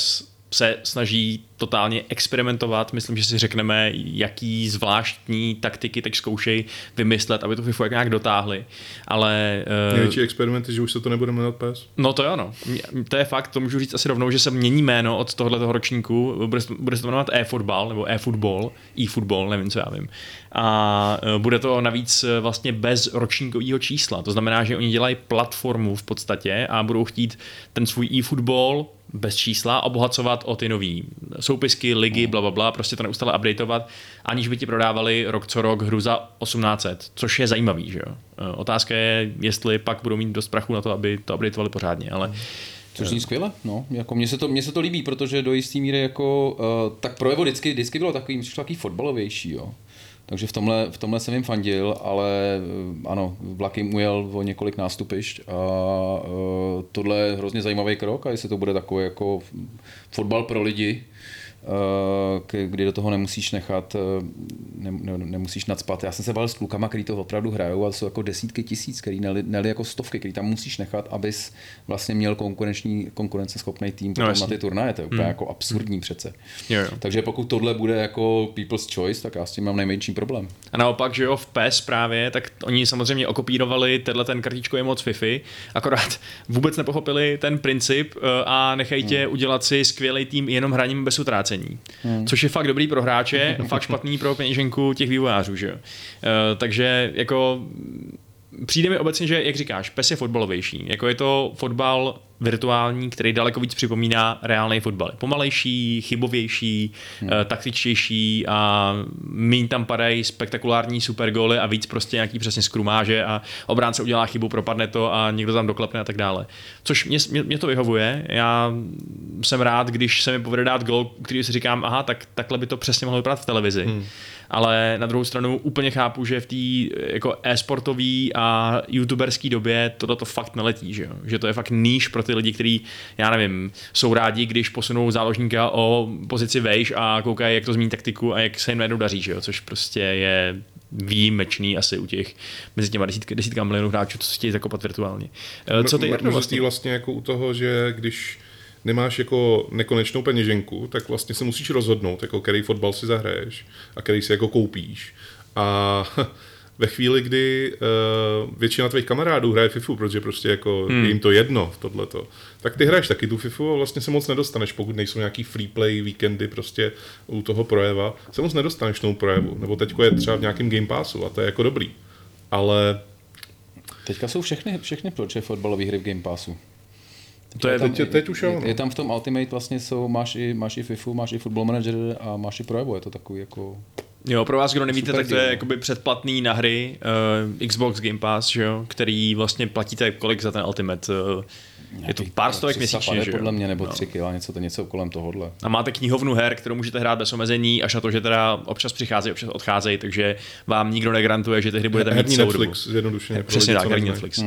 Speaker 1: se snaží totálně experimentovat. Myslím, že si řekneme, jaký zvláštní taktiky teď zkoušej vymyslet, aby tu FIFA nějak dotáhli. Ale
Speaker 3: největší experimenty, že už se to nebude jmenovat PES?
Speaker 1: No to jo, no. To je fakt, to můžu říct asi rovnou, že se mění jméno od tohoto ročníku. Bude se to jmenovat eFootball nebo eFootball, eFootball, nevím, co já vím. A bude to navíc vlastně bez ročníkového čísla. To znamená, že oni dělají platformu v podstatě a budou chtít ten svůj eFootball bez čísla obohacovat o ty nový soupisky, ligy, blablabla, prostě to neustále updateovat, aniž by ti prodávali rok co rok hru za 1800, což je zajímavý, že jo. Otázka je, jestli pak budou mít dost prachu na to, aby to updateovali pořádně, ale
Speaker 2: což zní skvěle, no. Jako mně se to líbí, protože do jistý míry jako tak pro Evo vždycky bylo takový fotbalovější, jo. Takže v tomhle jsem jim fandil, ale ano, vlak jim ujel o několik nástupišť a tohle je hrozně zajímavý krok a jestli to bude takový jako fotbal pro lidi, kdy do toho nemusíš nechat, nemusíš nacpat. Já jsem se bavil s klukama, který to opravdu hrajou, ale jsou jako desítky tisíc, který neli jako stovky, který tam musíš nechat, abys vlastně měl konkurenceschopný tým na ty turnaje. To je úplně jako absurdní přece.
Speaker 1: Jo.
Speaker 2: Takže pokud tohle bude jako people's choice, tak já s tím mám nejmenší problém.
Speaker 1: A naopak, že jo, v PES právě, tak oni samozřejmě okopírovali ten kartičkový moc FIFA, akorát vůbec nepochopili ten princip a nechají tě udělat si skvělý tým jenom hraním bez utrácení. Což je fakt dobrý pro hráče, fakt špatný pro peněženku těch vývojářů, že jo. Takže jako přijde mi obecně, že, jak říkáš, PES je fotbalovější. Jako je to fotbal virtuální, který daleko víc připomíná reálný fotbal. Pomalejší, chybovější, taktičtější a míň tam padají spektakulární supergóly a víc prostě nějaký přesně skrumáže a obránce udělá chybu, propadne to a někdo tam doklepne a tak dále. Což mě to vyhovuje. Já jsem rád, když se mi povede dát gól, který si říkám, aha, tak takhle by to přesně mohlo vypadat v televizi. Ale na druhou stranu úplně chápu, že v té jako e-sportové a youtuberské době tohle to fakt neletí, že jo? Že to je fakt níž pro ty lidi, kteří, já nevím, jsou rádi, když posunou záložníka o pozici vejš a koukají, jak to změní taktiku a jak se jim najednou daří, že jo? Což prostě je výjimečný asi u těch mezi těma desítkami milionů hráčů, co se chtějí zakopat virtuálně. Co ty
Speaker 3: vlastně jako u toho, že když nemáš jako nekonečnou peněženku, tak vlastně se musíš rozhodnout, jako který fotbal si zahraješ a který si jako koupíš. A ve chvíli, kdy většina tvých kamarádů hraje FIFU, protože prostě jako je jim to jedno, tohleto, tak ty hraješ taky tu FIFU a vlastně se moc nedostaneš, pokud nejsou nějaký free play víkendy prostě u toho projeva, se moc nedostaneš tomu projevu. Nebo teďko je třeba v nějakém Game Passu a to je jako dobrý. Ale
Speaker 2: teďka jsou všechny fotbalové hry v Game Passu.
Speaker 3: To je teď už
Speaker 2: je tam v tom Ultimate vlastně máš i FIFU, máš i Football Manager a máš i pro Evo, je to takový jako...
Speaker 1: Jo, pro vás, kdo nevíte, tak to je jakoby předplatný na hry Xbox Game Pass, že jo, který vlastně platíte kolik za ten Ultimate. Je to pár stovek měsíčně, že jo?
Speaker 2: Podle mě, nebo 3 kg, něco kolem tohohle.
Speaker 1: A máte knihovnu her, kterou můžete hrát bez omezení, až na to, že teda občas přicházejí, občas odcházejí, takže vám nikdo negarantuje, že ty hry budete mít celou dobu.
Speaker 3: Netflix, zjednodušeně.
Speaker 1: Přesně tak, herní Netflix.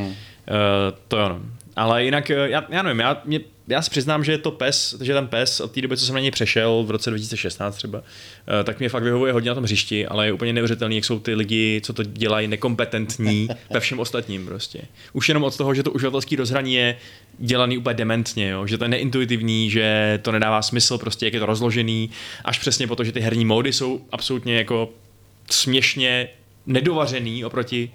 Speaker 1: To jo, no. Ale jinak, já nevím, já si přiznám, že to PES, že ten PES od té doby, co jsem na něj přešel v roce 2016 třeba, tak mě fakt vyhovuje hodně na tom hřišti, ale je úplně neuvěřitelný, jak jsou ty lidi, co to dělají, nekompetentní ve všem ostatním prostě. Už jenom od toho, že to uživatelský rozhraní je dělaný úplně dementně, jo? Že to je neintuitivní, že to nedává smysl, prostě jak je to rozložený, až přesně po to, že ty herní módy jsou absolutně jako směšně nedovařený oproti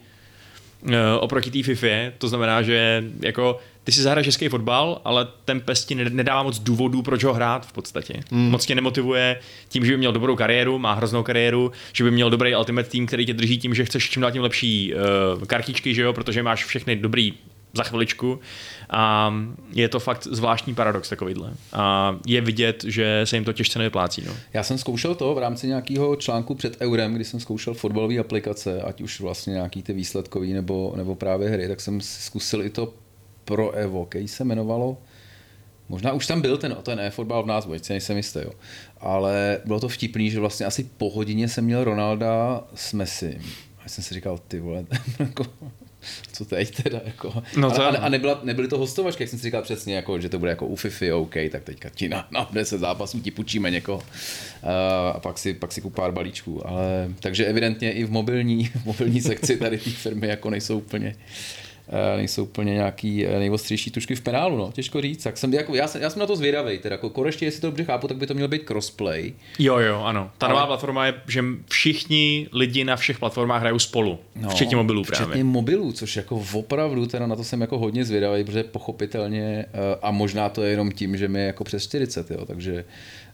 Speaker 1: té FIFA, to znamená, že jako ty si zahraješ hezký fotbal, ale ten PES ti nedává moc důvodů, proč ho hrát v podstatě. Moc tě nemotivuje tím, že by měl dobrou kariéru, má hroznou kariéru, že by měl dobrý Ultimate Team, který tě drží tím, že chceš čím dál tím lepší kartičky, že jo, protože máš všechny dobrý za chviličku a je to fakt zvláštní paradox takovýhle. A je vidět, že se jim to těžce nevyplácí. No.
Speaker 2: Já jsem zkoušel to v rámci nějakého článku před Eurem, kdy jsem zkoušel fotbalové aplikace, ať už vlastně nějaký ty výsledkový nebo právě hry, tak jsem zkusil i to pro Evo, který se jmenovalo, možná už tam byl ten e-fotbal v názvu, teď si nejsem jistý, jo. Ale bylo to vtipný, že vlastně asi po hodině jsem měl Ronalda s Messim. A jsem si říkal, ty vole, co teď teda, jako.
Speaker 1: No
Speaker 2: a nebyly to hostovačky, jak jsem si říkal přesně, jako, že to bude jako u FIFA, OK, tak teďka ti na 10 zápasů ti půjčíme někoho a pak si pár balíčků, ale takže evidentně i v mobilní sekci tady ty firmy jako nejsou úplně nejsou úplně nějaký nejostřejší tušky v penálu, no, těžko říct. Tak já jsem na to zvědavej, teda jako konečně, jestli to dobře chápu, tak by to mělo být crossplay.
Speaker 1: Jo, ano. Ta nová platforma je, že všichni lidi na všech platformách hrajou spolu, včetně mobilů právě.
Speaker 2: Včetně mobilů, což jako opravdu, teda na to jsem jako hodně zvědavej, protože pochopitelně, a možná to je jenom tím, že mi je jako přes 40, jo, takže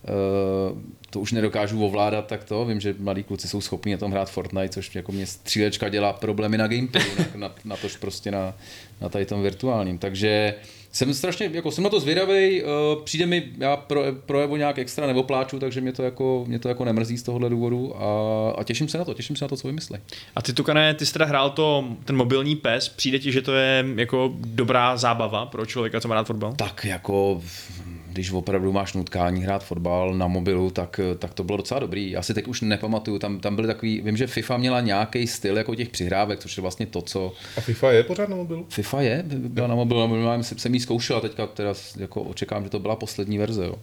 Speaker 2: to už nedokážu ovládat, tak to vím, že mladí kluci jsou schopni na tom hrát Fortnite, což jako mě střílečka dělá problémy na gameplayu, na tož prostě na tady tom virtuálním, takže jsem strašně, jako jsem na to zvědavej, přijde mi, já pro Evo nějak extra neopláču, takže mě to jako nemrzí z tohohle důvodu a těším se na to, co vymyslí.
Speaker 1: A ty, Tukane, ty jsi teda hrál ten mobilní PES, přijde ti, že to je jako dobrá zábava pro člověka, co má rád fotbal?
Speaker 2: Tak jako když opravdu máš nutkání hrát fotbal na mobilu, tak to bylo docela dobrý. Já si teď už nepamatuju, tam byly takový, vím, že FIFA měla nějaký styl jako těch přihrávek, což je vlastně to, co...
Speaker 3: A FIFA je pořád na mobilu?
Speaker 2: FIFA byla na mobilu, jsem ji zkoušel a teďka teda jako očekávám, že to byla poslední verze, jo.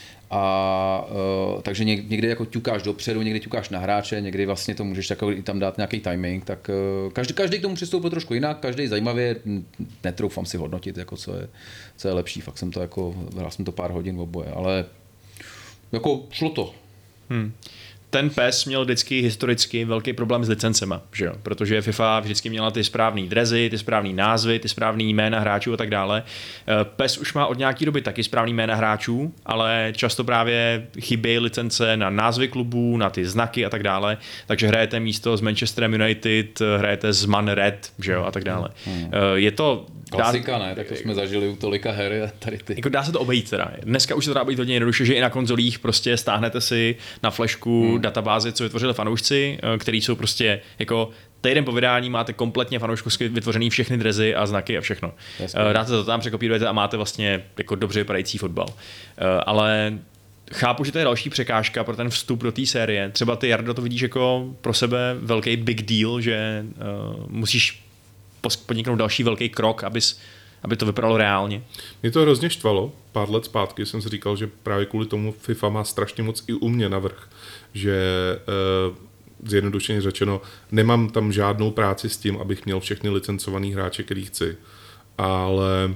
Speaker 2: A takže někdy jako ťukáš dopředu, někdy ťukáš na hráče, někdy vlastně to můžeš i tam dát nějaký timing, tak každý k tomu přistoupil trošku jinak, každý zajímavě, netroufám si hodnotit, jako co je lepší, fakt jsem to jako, hrál jsem to pár hodin oboje, ale jako šlo to.
Speaker 1: Ten PES měl vždycky historicky velký problém s licencema, že jo? Protože FIFA vždycky měla ty správný drezy, ty správný názvy, ty správný jména hráčů a tak dále. PES už má od nějaký doby taky správný jména hráčů, ale často právě chybějí licence na názvy klubů, na ty znaky a tak dále, takže hrajete místo s Manchesterem United, hrajete s Man Red, že jo, a tak dále. Je to
Speaker 2: klasika, ne? Tak to jsme zažili u tolika her a tady ty.
Speaker 1: Jako dá se to obejít teda. Dneska už se to dá obejít hodně jednoduše, že i na konzolích prostě stáhnete si na flashku databázi, co vytvořili fanoušci, který jsou prostě jako týden po vydání máte kompletně fanouškovsky vytvořený všechny drezy a znaky a všechno. Dáte to tam, překopírujete a máte vlastně jako dobře vypadající fotbal. Ale chápu, že to je další překážka pro ten vstup do té série. Třeba ty, Jardo, to vidíš jako pro sebe velký big deal, že musíš podniknout další velký krok, aby to vypadalo reálně.
Speaker 3: Mě to hrozně štvalo. Pár let zpátky jsem si říkal, že právě kvůli tomu FIFA má strašně moc i u mě navrch, že zjednodušeně řečeno, nemám tam žádnou práci s tím, abych měl všechny licencovaný hráče, který chci. Ale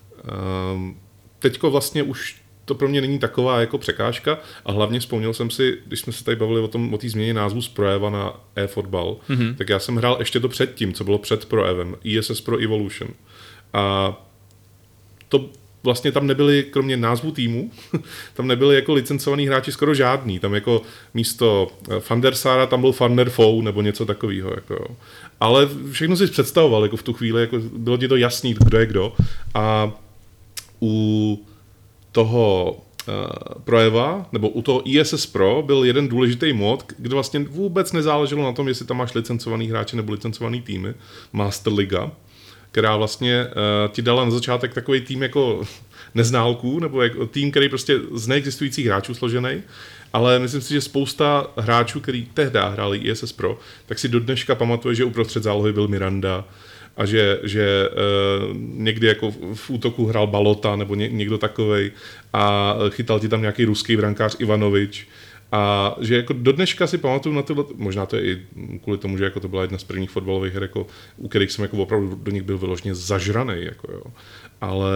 Speaker 3: teďko vlastně už to pro mě není taková jako překážka a hlavně vzpomněl jsem si, když jsme se tady bavili o té změně názvu z ProEva na eFootball, tak já jsem hrál ještě to předtím, co bylo před ProEvem, ISS Pro Evolution. A to vlastně tam nebyly, kromě názvu týmu, tam nebyli jako licencovaný hráči skoro žádný. Tam jako místo Van der Sara tam byl Van der Fou nebo něco takového. Jako. Ale všechno si představoval jako v tu chvíli, jako bylo ti to jasný, kdo je kdo. A u toho ProEva, nebo u toho ISS Pro byl jeden důležitý mod, kde vlastně vůbec nezáleželo na tom, jestli tam máš licencovaný hráče nebo licencovaný týmy, Master Liga, která vlastně ti dala na začátek takový tým jako neználků, nebo jako tým, který prostě z neexistujících hráčů složený, ale myslím si, že spousta hráčů, který tehdy hráli ISS Pro, tak si do dneška pamatuje, že uprostřed zálohy byl Miranda a že někdy jako v útoku hrál Balota nebo někdo takovej a chytal ti tam nějaký ruský brankář Ivanovič. A že jako do dneška si pamatuju na tyhle, možná to je i kvůli tomu, že jako to byla jedna z prvních fotbalových her, jako, u kterých jsem jako opravdu do nich byl vyloženě zažranej. Jako, jo. Ale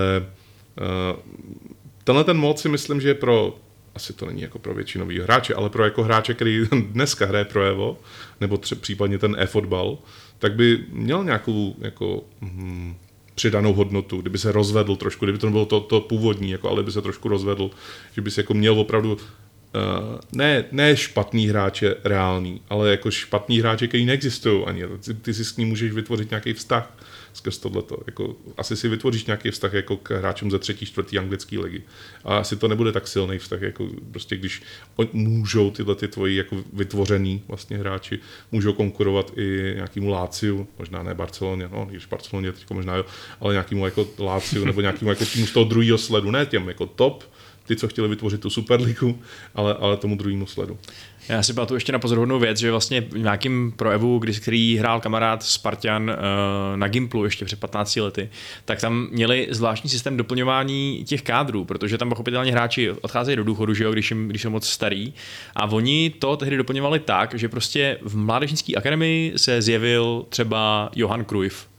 Speaker 3: tenhle ten mod si myslím, že je pro, asi to není jako pro většinový hráče, ale pro jako hráče, který dneska hraje pro Evo, nebo případně ten eFootball, tak by měl nějakou jako, přidanou hodnotu, kdyby se rozvedl trošku, kdyby to nebylo to původní, jako, ale by se trošku rozvedl, že by se jako měl opravdu ne špatný hráče reální, ale jako špatný hráče, který neexistují ani. Ty si s ním můžeš vytvořit nějaký vztah skrz tohleto. Jako, asi si vytvoříš nějaký vztah jako k hráčům ze 3., 4. anglické ligy. A asi to nebude tak silný vztah, jako prostě když můžou tyhle ty tvoji jako vytvořený vlastně hráči, můžou konkurovat i nějakému Láciu, možná ne Barceloně, no, když Barceloně teďko možná jo, ale nějakému jako Láciu nebo nějakému jako týmu z toho druhého sledu, ne těm jako top, ty, co chtěli vytvořit tu Superligu, ale tomu druhému sledu.
Speaker 1: Já si pamatuju ještě na pozoruhodnou věc, že vlastně v nějakým projevu, který hrál kamarád Spartan na Gimplu ještě před 15 lety, tak tam měli zvláštní systém doplňování těch kádrů, protože tam pochopitelně hráči odcházejí do důchodu, že jo, když jsou moc starý. A oni to tehdy doplňovali tak, že prostě v mládežnické akademii se zjevil třeba Johan Cruyff,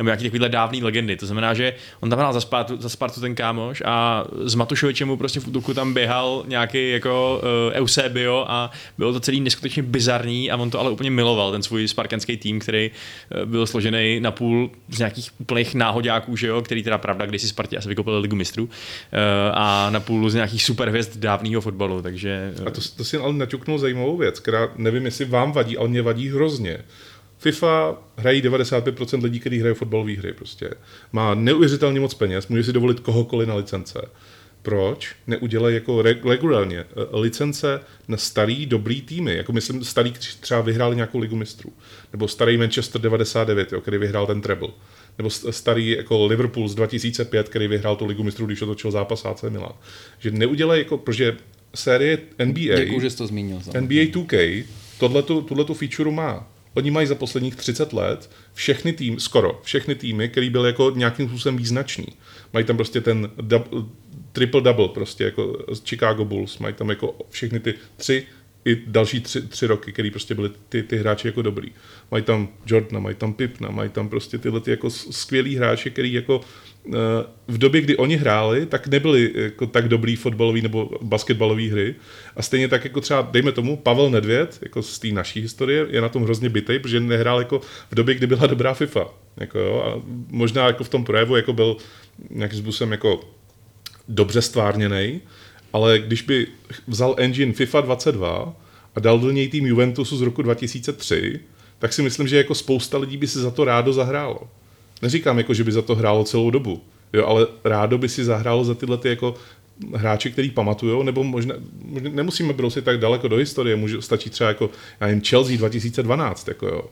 Speaker 1: nebo nějaký takovýhle dávný legendy. To znamená, že on tam hrál za Spartu ten kámoš a s Matušovičem mu prostě v útoku tam běhal nějaký jako Eusebio a bylo to celý neskutečně bizarní a on to ale úplně miloval, ten svůj spartanský tým, který byl složený na půl z nějakých úplných náhoďáků, že jo, který teda pravda, když si Spartě asi vykoupili Ligu mistrů a na půl z nějakých superhvězd dávného fotbalu, takže...
Speaker 3: A to si ale naťuknul zajímavou věc, která nevím, jestli vám vadí, ale mě vadí hrozně. FIFA hrají 95% lidí, kteří hrají fotbalové hry prostě. Má neuvěřitelně moc peněz, může si dovolit kohokoliv na licence. Proč neudělají jako regulárně licence na starý, dobrý týmy? Jako myslím starý, kteří třeba vyhráli nějakou ligu mistrů. Nebo starý Manchester 99, jo, který vyhrál ten treble. Nebo starý jako Liverpool z 2005, který vyhrál tu ligu mistrů, když otočil zápas AC Milan. Že neudělají, jako, protože série NBA,
Speaker 2: děkuju, že jsi to zmínil.
Speaker 3: NBA 2K tuhletu feature má. Oni mají za posledních 30 let skoro všechny týmy, který byly jako nějakým způsobem význačný. Mají tam prostě ten triple-double, prostě jako Chicago Bulls, mají tam jako všechny ty 3 i další 3 roky, který prostě byly ty hráči jako dobrý. Mají tam Jordana, mají tam Pipna, mají tam prostě tyhle ty jako skvělý hráči, který jako v době, kdy oni hráli, tak nebyli jako tak dobrý fotbalový nebo basketbalový hry. A stejně tak jako třeba, dejme tomu, Pavel Nedvěd, jako z té naší historie, je na tom hrozně bitej, protože nehrál jako v době, kdy byla dobrá FIFA. Jako jo, a možná jako v tom projevu jako byl nějakým způsobem jako dobře stvárněnej, ale když by vzal engine FIFA 22 a dal do něj tým Juventusu z roku 2003, tak si myslím, že jako spousta lidí by si za to rádo zahrálo. Neříkám, jako, že by za to hrálo celou dobu, jo, ale rádo by si zahrálo za tyhle ty jako hráči, který pamatujou, nebo možná nemusíme brousit tak daleko do historie, stačí třeba jako, já nevím, Chelsea 2012, jako jo.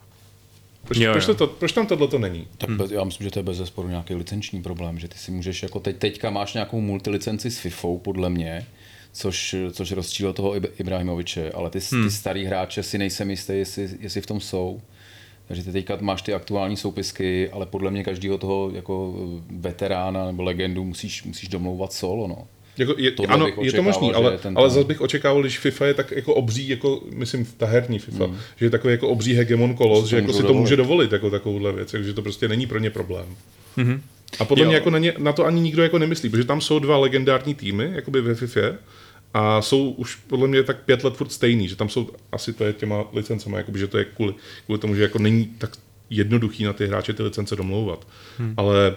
Speaker 3: Proč tam tohle to není?
Speaker 2: Tak já myslím, že to je bezesporu nějaký licenční problém, že ty si můžeš jako teďka máš nějakou multilicenci s FIFou, podle mě, což rozčílilo toho Ibrahimoviče, ale ty starý hráče si nejsem jistý, jestli v tom jsou. Takže ty teďka máš ty aktuální soupisky, ale podle mě každého toho jako veterána nebo legendu musíš domlouvat solo, no.
Speaker 3: Jako ano, je to možný, ale zase bych očekával, když FIFA je tak jako obří, jako myslím ta herní FIFA, že je takový jako obří hegemon kolos, že jako si to může dovolit jako takovouhle věc, takže to prostě není pro ně problém. Mm-hmm. A podle mě jako na to ani nikdo jako nemyslí, protože tam jsou 2 legendární týmy, jakoby ve FIFA, a jsou už podle mě tak 5 let furt stejný, že tam jsou asi to je těma licencema, jakoby, že to je kvůli tomu, že jako není tak jednoduchý na ty hráče ty licence domlouvat. Ale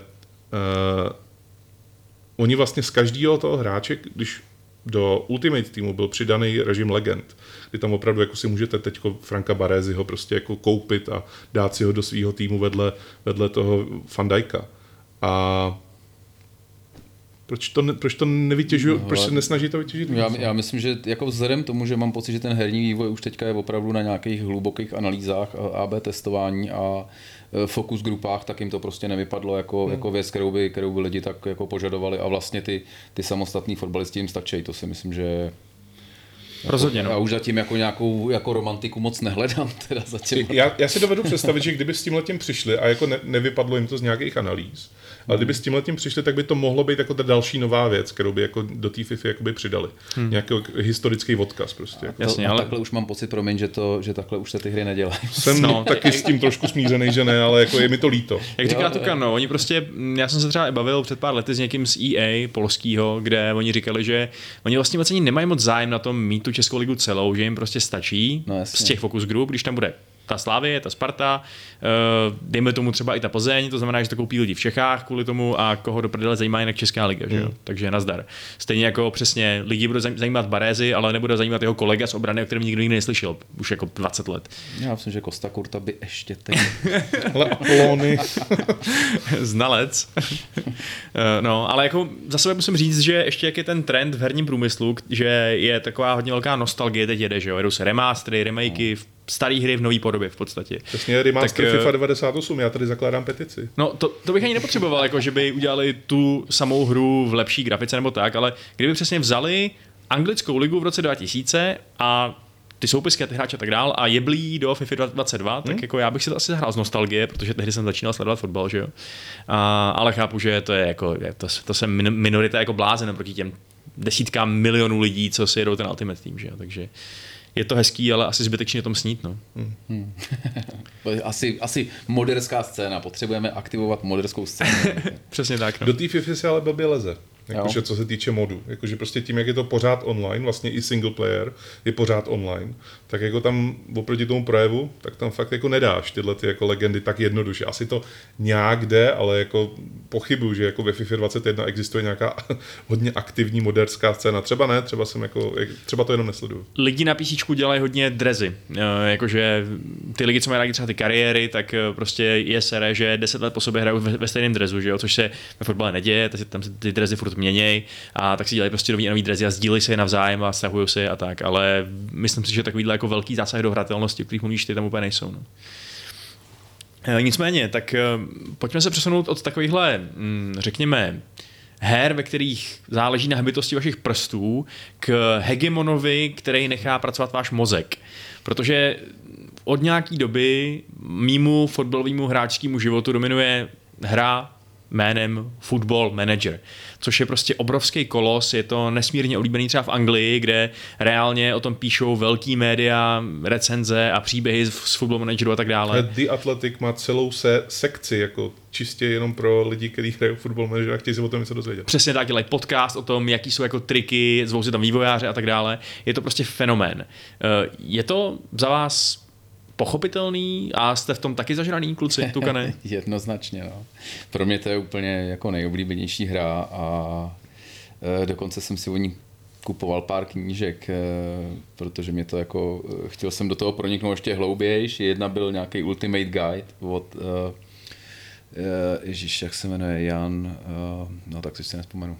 Speaker 3: oni vlastně z každého toho hráče, když do Ultimate Teamu byl přidaný režim legend, kdy tam opravdu jako si můžete teďko Franka Baréziho prostě jako koupit a dát si ho do svého týmu vedle toho Van Dijka. A proč to nevytěžují, proč se nesnaží to vytěžit?
Speaker 2: Já myslím, že jako vzhledem tomu, že mám pocit, že ten herní vývoj už teďka je opravdu na nějakých hlubokých analýzách, AB testování a fokus grupách, tak jim to prostě nevypadlo jako věc, kterou by lidi tak jako požadovali a vlastně ty samostatní fotbalisti jim stačí. To si myslím, že
Speaker 1: rozhodně, no.
Speaker 2: Já už zatím jako nějakou jako romantiku moc nehledám. Teda zatím.
Speaker 3: Já si dovedu představit, že kdyby s tímhletím přišli a jako nevypadlo jim to z nějakých analýz, ale kdyby s tímhletím přišli, tak by to mohlo být jako ta další nová věc, kterou by jako do té FIFA jakoby přidali. Nějaký historický odkaz prostě. Jako.
Speaker 2: Jasně, ale takhle už mám pocit, promiň, že takhle už se ty hry nedělají.
Speaker 3: Jsem taky s tím trošku smířený, že ne, ale jako je mi to líto.
Speaker 1: Jak říká Tukan, no, oni prostě, já jsem se třeba bavil před pár lety s někým z EA polskýho, kde oni říkali, že oni vlastně nemají moc zájem na tom mít tu Českou ligu celou, že jim prostě stačí z těch focus group, když tam bude ta Slavie, ta Sparta, dejme tomu třeba i ta Plzeň, to znamená, že to koupí lidi v Čechách kvůli tomu a koho do prdele zajímá jinak Česká liga, že jo? Takže nazdar. Stejně jako přesně lidi budou zajímat Barézy, ale nebude zajímat jeho kolega z obrany, o kterém nikdo nikdy neslyšel, už jako 20 let.
Speaker 2: Já myslím, že Costa Curta by ještě teď.
Speaker 3: Plony.
Speaker 1: Znalec. No, ale jako za sebe musím říct, že ještě jak je ten trend v herním průmyslu, že je taková hodně velká nostalgie teď jede, že jo? Jedou se remastery, remakey, staré hry v nový podobě v podstatě.
Speaker 3: Přesně remaster FIFA 98, já tady zakládám petici.
Speaker 1: No to bych ani nepotřeboval, jako že by udělali tu samou hru v lepší grafice nebo tak, ale kdyby přesně vzali anglickou ligu v roce 2000 a ty soupisky a ty hráče a tak dál a jeblí do FIFA 22, tak jako já bych si to asi zahrál z nostalgie, protože tehdy jsem začínal sledovat fotbal, že jo. Ale chápu, že to je jako, to jsem minorita jako blázen proti těm desítkám milionů lidí, co si jedou ten Ultimate Team, že jo, takže je to hezký, ale asi zbytečně o tom snít, no.
Speaker 2: Asi moderská scéna, potřebujeme aktivovat moderskou scénu.
Speaker 1: Přesně tak, no.
Speaker 3: Do té FIFA se ale blbě leze. Jakože co se týče modu. Jakože prostě tím, jak je to pořád online, vlastně i single player je pořád online, tak jako tam oproti tomu projevu, tak tam fakt jako nedáš tyhle ty jako legendy tak jednoduše. Asi to nějak jde, ale jako pochybuju, že jako ve FIFA 21 existuje nějaká hodně aktivní moderská scéna. Třeba ne, třeba to jenom nesleduju.
Speaker 1: Lidi na PC dělají hodně drezy. Jakože ty lidi, co mají rádi třeba ty kariéry, tak prostě je sere, že 10 let po sobě hrajou ve stejném drezu, že jo? Což se ve fotbale neděje, tam se ty drezy furt měněj a tak si dělají prostě nový drezy a sdílejí se je navzájem a stahují si a tak, ale myslím si, že takovýhle jako velký zásah do hratelnosti, kterých mluvíš ty, tam úplně nejsou. No. Nicméně, tak pojďme se přesunout od takovýchhle, řekněme, her, ve kterých záleží na hbitosti vašich prstů, k hegemonovi, který nechá pracovat váš mozek. Protože od nějaký doby mýmu fotbalovému hráčskému životu dominuje hra jménem Football Manager, což je prostě obrovský kolos, je to nesmírně oblíbený třeba v Anglii, kde reálně o tom píšou velký média, recenze a příběhy z Football Manageru a tak dále.
Speaker 3: The Athletic má celou sekci jako čistě jenom pro lidi, kteří hrají Football Manager a chtějí se o tom něco dozvědět.
Speaker 1: Přesně tak, dělají podcast o tom, jaký jsou jako triky, zvou si tam vývojáře a tak dále. Je to prostě fenomén. Je to za vás pochopitelný a jste v tom taky zažraný, kluci, Tukane?
Speaker 2: Jednoznačně, no. Pro mě to je úplně jako nejoblíbenější hra a dokonce jsem si o ní kupoval pár knížek, protože mě to jako, chtěl jsem do toho proniknout ještě hloubějš. Jedna byl nějaký Ultimate Guide od Ježíš, jak se jmenuje, Jan, no tak si nespomenu.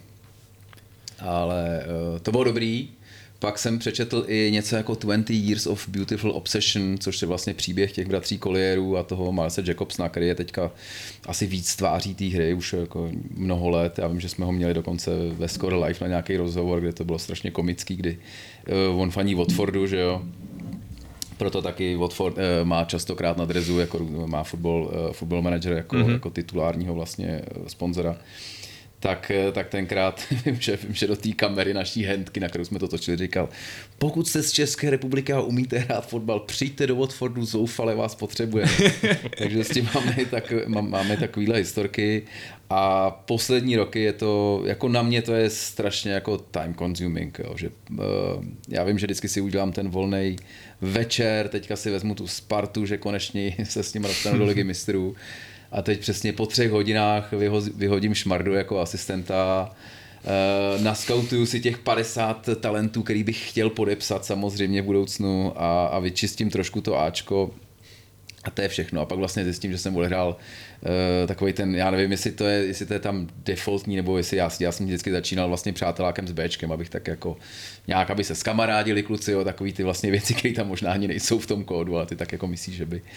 Speaker 2: Ale to bylo dobrý. Pak jsem přečetl i něco jako 20 Years of Beautiful Obsession, což je vlastně příběh těch bratří Collierů a toho Milese Jacobsona, který je teďka asi víc tváří té hry, už jako mnoho let. Já vím, že jsme ho měli dokonce ve Score Live na nějaký rozhovor, kde to bylo strašně komický, kdy on faní Watfordu, že jo. Proto taky Watford má častokrát na drezu, jako má football manager jako titulárního vlastně sponzora. Tak tenkrát vím, že do té kamery naší Hendky, na kterou jsme to točili, říkal: pokud jste z České republiky a umíte hrát fotbal, přijďte do Watfordu, zoufale vás potřebujeme. Takže s tím máme takovýhle historky a poslední roky je to, jako na mě to je strašně jako time consuming, jo, že já vím, že vždycky si udělám ten volnej večer, teďka si vezmu tu Spartu, že konečně se s ním dostanu do Ligy mistrů. A teď přesně po 3 hodinách vyhodím Šmardu jako asistenta, naskautuju si těch 50 talentů, který bych chtěl podepsat samozřejmě v budoucnu a vyčistím trošku to Ačko a to je všechno. A pak vlastně zjistím, že jsem odehrál takový ten, já nevím, jestli to je tam defaultní, nebo jestli já jsem vždycky začínal vlastně přátelákem s Bčkem, abych tak jako nějak, aby se skamarádili kluci, jo, takový ty vlastně věci, které tam možná ani nejsou v tom kódu, ale ty tak jako myslíš,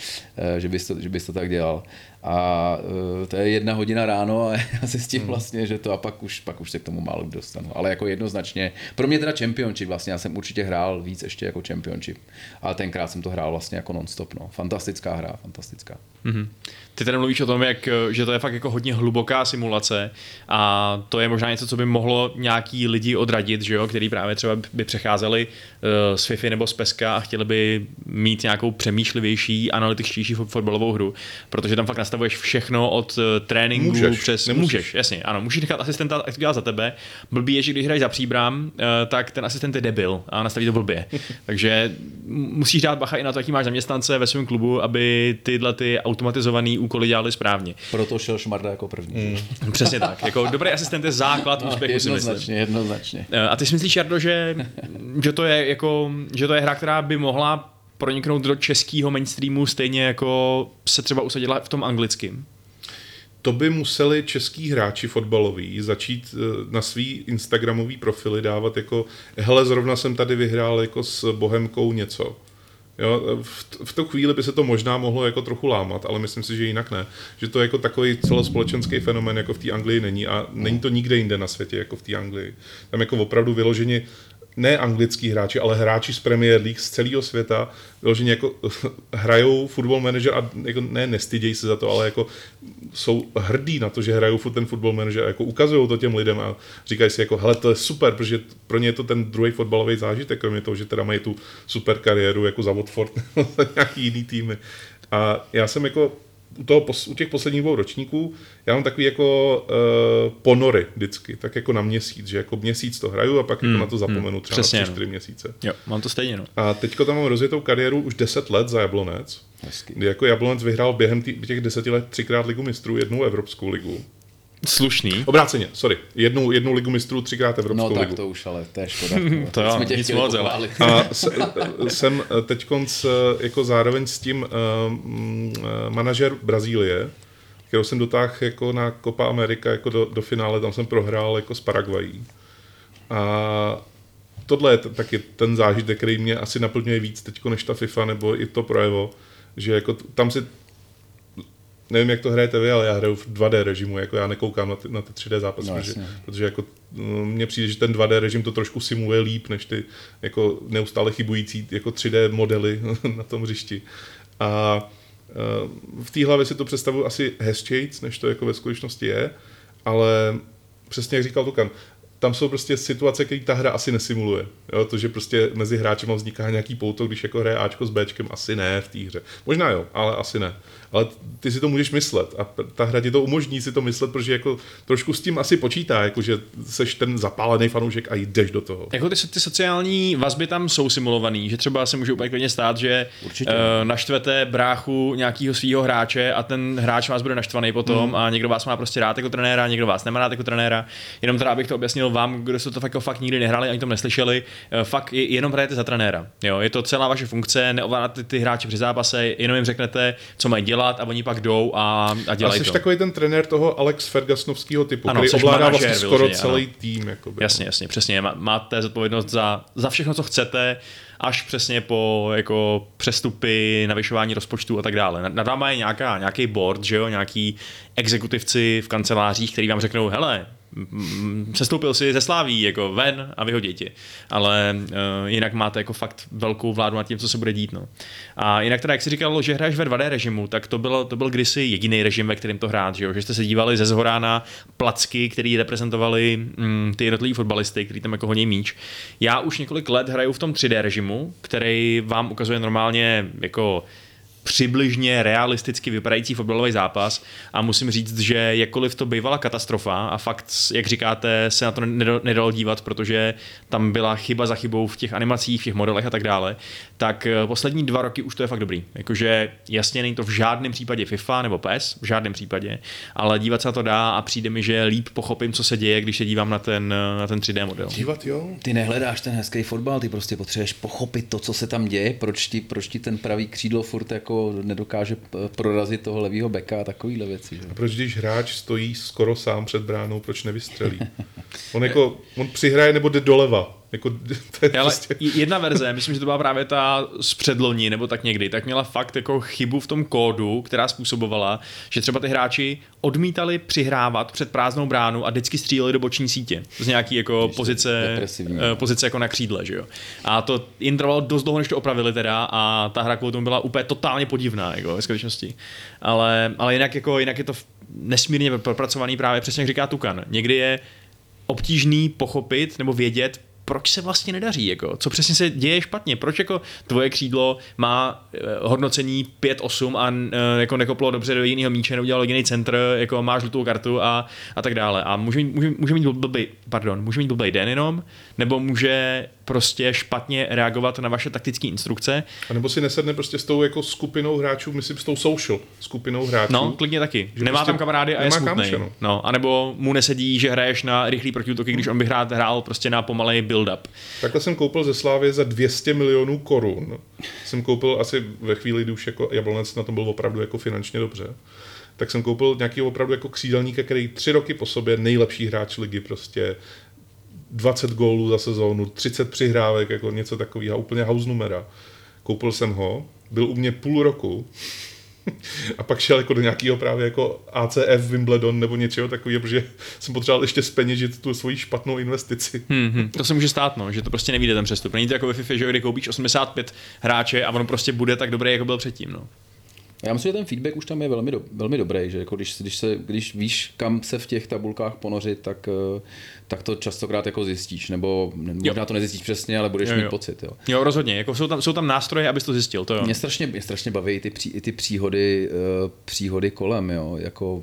Speaker 2: že bys to tak dělal. A to je 1 hodina ráno a já se s tím vlastně, že to a pak už se k tomu málo dostanu. Ale jako jednoznačně, pro mě teda Championship vlastně, já jsem určitě hrál víc ještě jako Championship, ale tenkrát jsem to hrál vlastně jako non-stop, no. Fantastická hra, fantastická.
Speaker 1: Mm-hmm. Ty tady mluvíš o tom, že to je fakt jako hodně hluboká simulace a to je možná něco, co by mohlo nějaký lidi odradit, že jo, který právě třeba by přecházeli z FIFA nebo z PESka a chtěli by mít nějakou přemýšlivější, analytičtější fotbalovou hru, protože tam fakt nastavuješ všechno od tréninku přes... Můžeš, jasně, ano, můžeš nechat asistenta, jak to dělá za tebe. Blbý je, že když hraješ za Příbram, tak ten asistent je debil a nastaví to blbě. Takže musíš dát bacha i na to, jaký máš zaměstnance ve svém klubu, aby tyhle ty automatizované úkoly dělali správně.
Speaker 2: Proto šel Šmarda jako první.
Speaker 1: Přesně tak. Jako dobrý asistent je základ úspěchu, si myslím.
Speaker 2: Jednoznačně.
Speaker 1: A ty si myslíš, Jardo, že to je jako, že to je hra, která by mohla proniknout do českého mainstreamu stejně jako se třeba usadila v tom anglickém?
Speaker 3: To by museli český hráči fotbaloví začít na svý instagramový profily dávat jako hele, zrovna jsem tady vyhrál jako s Bohemkou něco. Jo, v tu chvíli by se to možná mohlo jako trochu lámat, ale myslím si, že jinak ne. Že to jako takový celospolečenský fenomén jako v té Anglii není a není to nikde jinde na světě jako v té Anglii. Tam jako opravdu vyloženě ne anglický hráči, ale hráči z Premier League z celého světa, vyloženě jako hrajou Football Manager a jako ne nestydějí se za to, ale jako jsou hrdí na to, že hrajou ten Football Manager a jako ukazují to těm lidem a říkají si jako, hele, to je super, protože pro ně je to ten druhý fotbalový zážitek, kromě toho, že teda mají tu super kariéru jako za Watford nebo za nějaký jiný týmy. A já jsem jako u těch posledních 2 ročníků, já mám takový jako ponory vždycky, tak jako na měsíc, že jako měsíc to hraju a pak jako na to zapomenu třeba
Speaker 1: přesně,
Speaker 3: na 3-4 měsíce.
Speaker 1: Jo, mám to stejně, no.
Speaker 3: A teďko tam mám rozjetou kariéru už 10 let za Jablonec, kdy jako Jablonec vyhrál během těch 10 let 3krát Ligu mistrů, 1 Evropskou ligu.
Speaker 1: Slušný.
Speaker 3: Obráceně, sorry. Jednu Ligu mistrů, 3krát Evropskou ligu.
Speaker 2: No tak to už, ale to je škoda.
Speaker 1: To jo, nic moc, ale.
Speaker 3: A jsem teďkonc jako zároveň s tím manažer Brazílie, kterou jsem dotáhl jako na Copa America jako do finále, tam jsem prohrál jako s Paraguají. A tohle je taky ten zážitek, který mě asi naplňuje víc teďko než ta FIFA nebo i to Pro Evo, že jako tam si nevím, jak to hrajete vy, ale já hraju v 2D režimu, jako já nekoukám na ty 3D zápasy, no, protože jako mně přijde, že ten 2D režim to trošku simuluje líp, než ty jako neustále chybující jako 3D modely na tom hřišti. A v té hlavě si to představuji asi hezčejc, než to jako ve skutečnosti je, ale přesně jak říkal Tukan, tam jsou prostě situace, které ta hra asi nesimuluje. Jo? To, že prostě mezi hráčema vzniká nějaký pouto, když jako hraje Ačko s Bčkem, asi ne v té hře. Možná jo, ale asi ne. Ale ty si to můžeš myslet a ta hra ti to umožní si to myslet, protože jako trošku s tím asi počítá, jako že seš ten zapálený fanoušek a jdeš do toho.
Speaker 1: Jako ty sociální vazby tam jsou simulovaný, že třeba se může úplně klidně stát, že naštvete bráchu nějakého svého hráče a ten hráč vás bude naštvaný potom a někdo vás má prostě rád jako trenéra, někdo vás nemá rád jako trenéra. Jenom teda abych to objasnil vám, kdo jste to fakt nikdy nehráli ani to neslyšeli, fakt jenom hrajete za trenéra. Jo, je to celá vaše funkce, neovládáte ty hráče při zápase, jenom jim řeknete, co mají dělat a oni pak jdou a dělají to.
Speaker 3: A jsi takový ten trenér toho Alex Fergusonovského typu, ano, který ovládá vlastně skoro celý tým. Jakoby.
Speaker 1: Jasně, přesně. Máte zodpovědnost za všechno, co chcete, až přesně po jako přestupy, navyšování rozpočtu a tak dále. Nad váma je nějaký board, že jo, nějaký exekutivci v kancelářích, který vám řeknou, hele, sestoupil si ze Sláví, jako ven a vyhodí tě. Ale jinak máte jako fakt velkou vládu nad tím, co se bude dít. No. A jinak teda, jak jsi říkal, že hraješ ve 2D režimu, tak to byl kdysi jediný režim, ve kterém to hrát, že jste se dívali ze zhora na placky, který reprezentovali ty jednotliví fotbalisty, který tam jako honí míč. Já už několik let hraju v tom 3D režimu, který vám ukazuje normálně jako přibližně realisticky vypadající fotbalový zápas a musím říct, že jakkoliv to bývala katastrofa a fakt, jak říkáte, se na to nedalo dívat, protože tam byla chyba za chybou v těch animacích, v těch modelech a tak dále, tak poslední 2 roky už to je fakt dobrý. Jakože jasně není to v žádném případě FIFA nebo PES, v žádném případě, ale dívat se na to dá a přijde mi, že líp pochopím, co se děje, když se dívám na ten 3D model.
Speaker 3: Dívat, jo.
Speaker 2: Ty nehledáš ten hezký fotbal, ty prostě potřebuješ pochopit to, co se tam děje, proč ti ten pravý křídlo furt jako nedokáže prorazit toho levýho beka a takovýhle věci. Že?
Speaker 3: A proč když hráč stojí skoro sám před bránou, proč nevystřelí? On přihraje nebo jde doleva. Jako, to je
Speaker 1: ale
Speaker 3: prostě...
Speaker 1: jedna verze, myslím, že to byla právě ta z předloni nebo tak někdy, tak měla fakt jako chybu v tom kódu, která způsobovala, že třeba ty hráči odmítali přihrávat před prázdnou bránu a vždycky stříleli do boční sítě z nějaký jako pozice jako na křídle, že jo. A to jim trvalo dost dlouho, než to opravili teda a ta hra kvůli tomu byla úplně totálně podivná, jako ve skutečnosti. Ale jinak je to nesmírně propracovaný právě přesně jak říká Tukan. Někdy je obtížný pochopit nebo vědět, proč se vlastně nedaří, jako, co přesně se děje špatně, proč jako tvoje křídlo má hodnocení 5-8 a jako nekoplo dobře do jiného míče, neudělalo jiný centr, jako má žlutou kartu a tak dále. A může mít blbej den jenom, nebo může prostě špatně reagovat na vaše taktické instrukce.
Speaker 3: A nebo si nesedne prostě s tou jako skupinou hráčů, myslím s tou social skupinou hráčů.
Speaker 1: No, klidně taky. Nemá prostě tam kamarády a je smutnej. No, anebo mu nesedí, že hraješ na rychlý protiútoky, když on by hrál prostě na pomalej build-up.
Speaker 3: Takhle jsem koupil ze Slávy za 200 milionů korun. Jsem koupil asi ve chvíli, kdy už jako Jablonec na tom byl opravdu jako finančně dobře. Tak jsem koupil nějaký opravdu jako křídelníka, který 3 roky po sobě nejlepší hráč ligy, prostě 20 gólů za sezónu, 30 přihrávek, jako něco takového, úplně house numera. Koupil jsem ho, byl u mě půl roku A pak šel jako do nějakého právě jako ACF Wimbledon nebo něčeho takového, protože jsem potřeboval ještě zpeněžit tu svoji špatnou investici.
Speaker 1: To se může stát, no, že to prostě nevíde ten přestup. Není to jako ve FIFA, že kdy koupíš 85 hráče a on prostě bude tak dobrý, jako byl předtím. No.
Speaker 2: Já myslím, že ten feedback už tam je velmi dobrý, že jako když víš, kam se v těch tabulkách ponořit, tak to častokrát jako zjistíš, nebo možná to nezjistíš přesně, ale budeš mít pocit. Jo,
Speaker 1: rozhodně, jako jsou tam nástroje, abys to zjistil. To jo.
Speaker 2: Mě strašně baví ty příhody kolem, jo, jako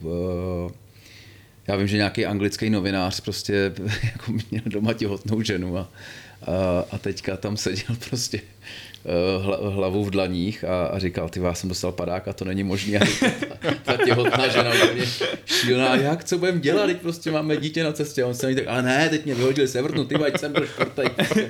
Speaker 2: já vím, že nějaký anglický novinář prostě jako měl doma těhotnou ženu a teďka tam seděl prostě hlavu v dlaních a říkal, ty já jsem dostal padák a to není možný. A ta těhotná žena úplně šílená, jak, co budeme dělat, teď prostě máme dítě na cestě. A on se mi tak, ale ne, teď mě vyhodili z Evertonu, ty ať jsem byl športaj.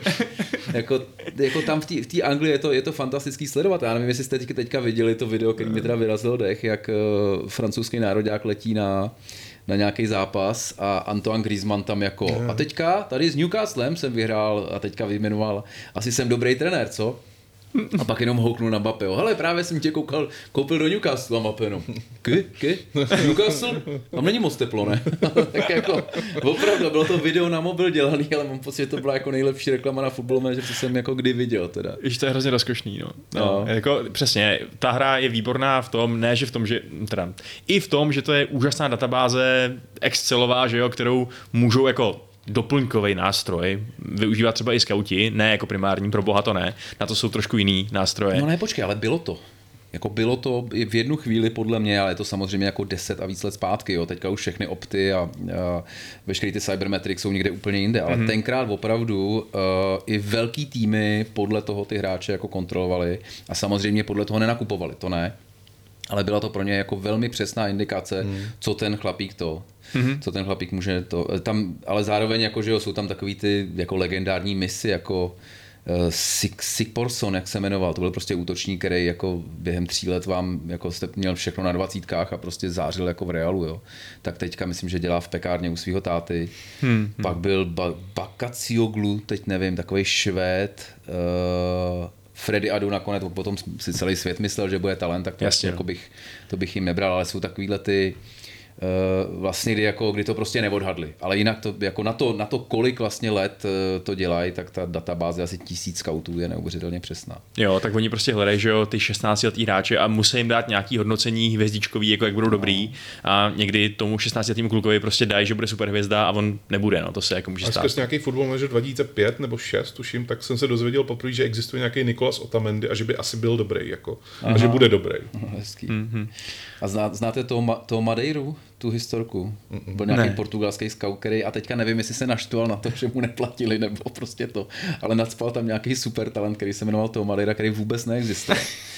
Speaker 2: jako tam v té Anglii je to fantastický sledovat. Já nevím, jestli jste teďka viděli to video, který mi teda vyrazilo dech, jak francouzský nároďák letí na nějaký zápas a Antoine Griezmann tam jako a teďka tady s Newcastlem jsem vyhrál a teďka vyjmenoval, asi jsem dobrý trenér, co? A pak jenom houknul na Mbappého. Hele, právě jsem tě koupil do Newcastle a Mbappé jenom. Newcastle? Tam není moc teplo, ne? Tak jako, opravdu, bylo to video na mobil dělaný, ale mám pocit, že to byla jako nejlepší reklama na Football Manager, co jsem jako kdy viděl teda.
Speaker 1: Víš, to je hrozně rozkošný, no. Jako, přesně, ta hra je výborná v tom, ne, že v tom, že, teda, i v tom, že to je úžasná databáze, excelová, že jo, kterou můžou jako doplňkový nástroj využívat třeba i skauti, ne jako primární, pro boha to ne, na to jsou trošku jiný nástroje.
Speaker 2: No ne, počkej, ale bylo to. Jako bylo to v jednu chvíli podle mě, ale je to samozřejmě jako 10 a víc let zpátky, jo. Teďka už všechny opty a veškerý ty cybermetrics jsou někde úplně jinde, ale tenkrát opravdu i velký týmy podle toho ty hráče jako kontrolovali a samozřejmě podle toho nenakupovali, to ne. Ale byla to pro ně jako velmi přesná indikace, co ten chlapík co ten chlapík může to. Tam, ale zároveň jako, že jo, jsou tam takový ty jako legendární misy, jako Sigporson, jak se jmenoval, to byl prostě útočník, který jako během 3 let vám jako jste měl všechno na 20 a prostě zářil jako v Realu, jo. Tak teďka myslím, že dělá v pekárně u svého táty. Pak byl Bakaccioglu, teď nevím, takovej Švéd, Freddy Adu nakonec, potom si celý svět myslel, že bude talent, tak to, jasně, jako to bych jim nebral, ale jsou takovýhle ty vlastně kdy to prostě neodhadli. Ale jinak to, jako na to, kolik vlastně let to dělají, tak ta databáze asi 1000 scoutů je neuvěřitelně přesná.
Speaker 1: Jo, tak oni prostě hledají, že jo, ty 16letý hráče a musí jim dát nějaký hodnocení hvězdičkový, jako jak budou dobrý, a někdy tomu 16letýmu klukovi prostě dají, že bude super hvězda a on nebude, no, to se jako může stát.
Speaker 3: A skrz nějaký Football Manager 2005 nebo 6, tuším, tak jsem se dozvěděl poprvé, že existuje nějaký Nicolas Otamendi a že by asi byl dobrý, jako, a že bude dobrý.
Speaker 2: Hezký. A znáte toho Madeiru? Tu historku. Byl nějaký portugalský scout, který, a teďka nevím, jestli se naštval na to, že mu neplatili, nebo prostě to, ale nacpal tam nějaký super talent, který se jmenoval Tom Madeira, který vůbec neexistuje.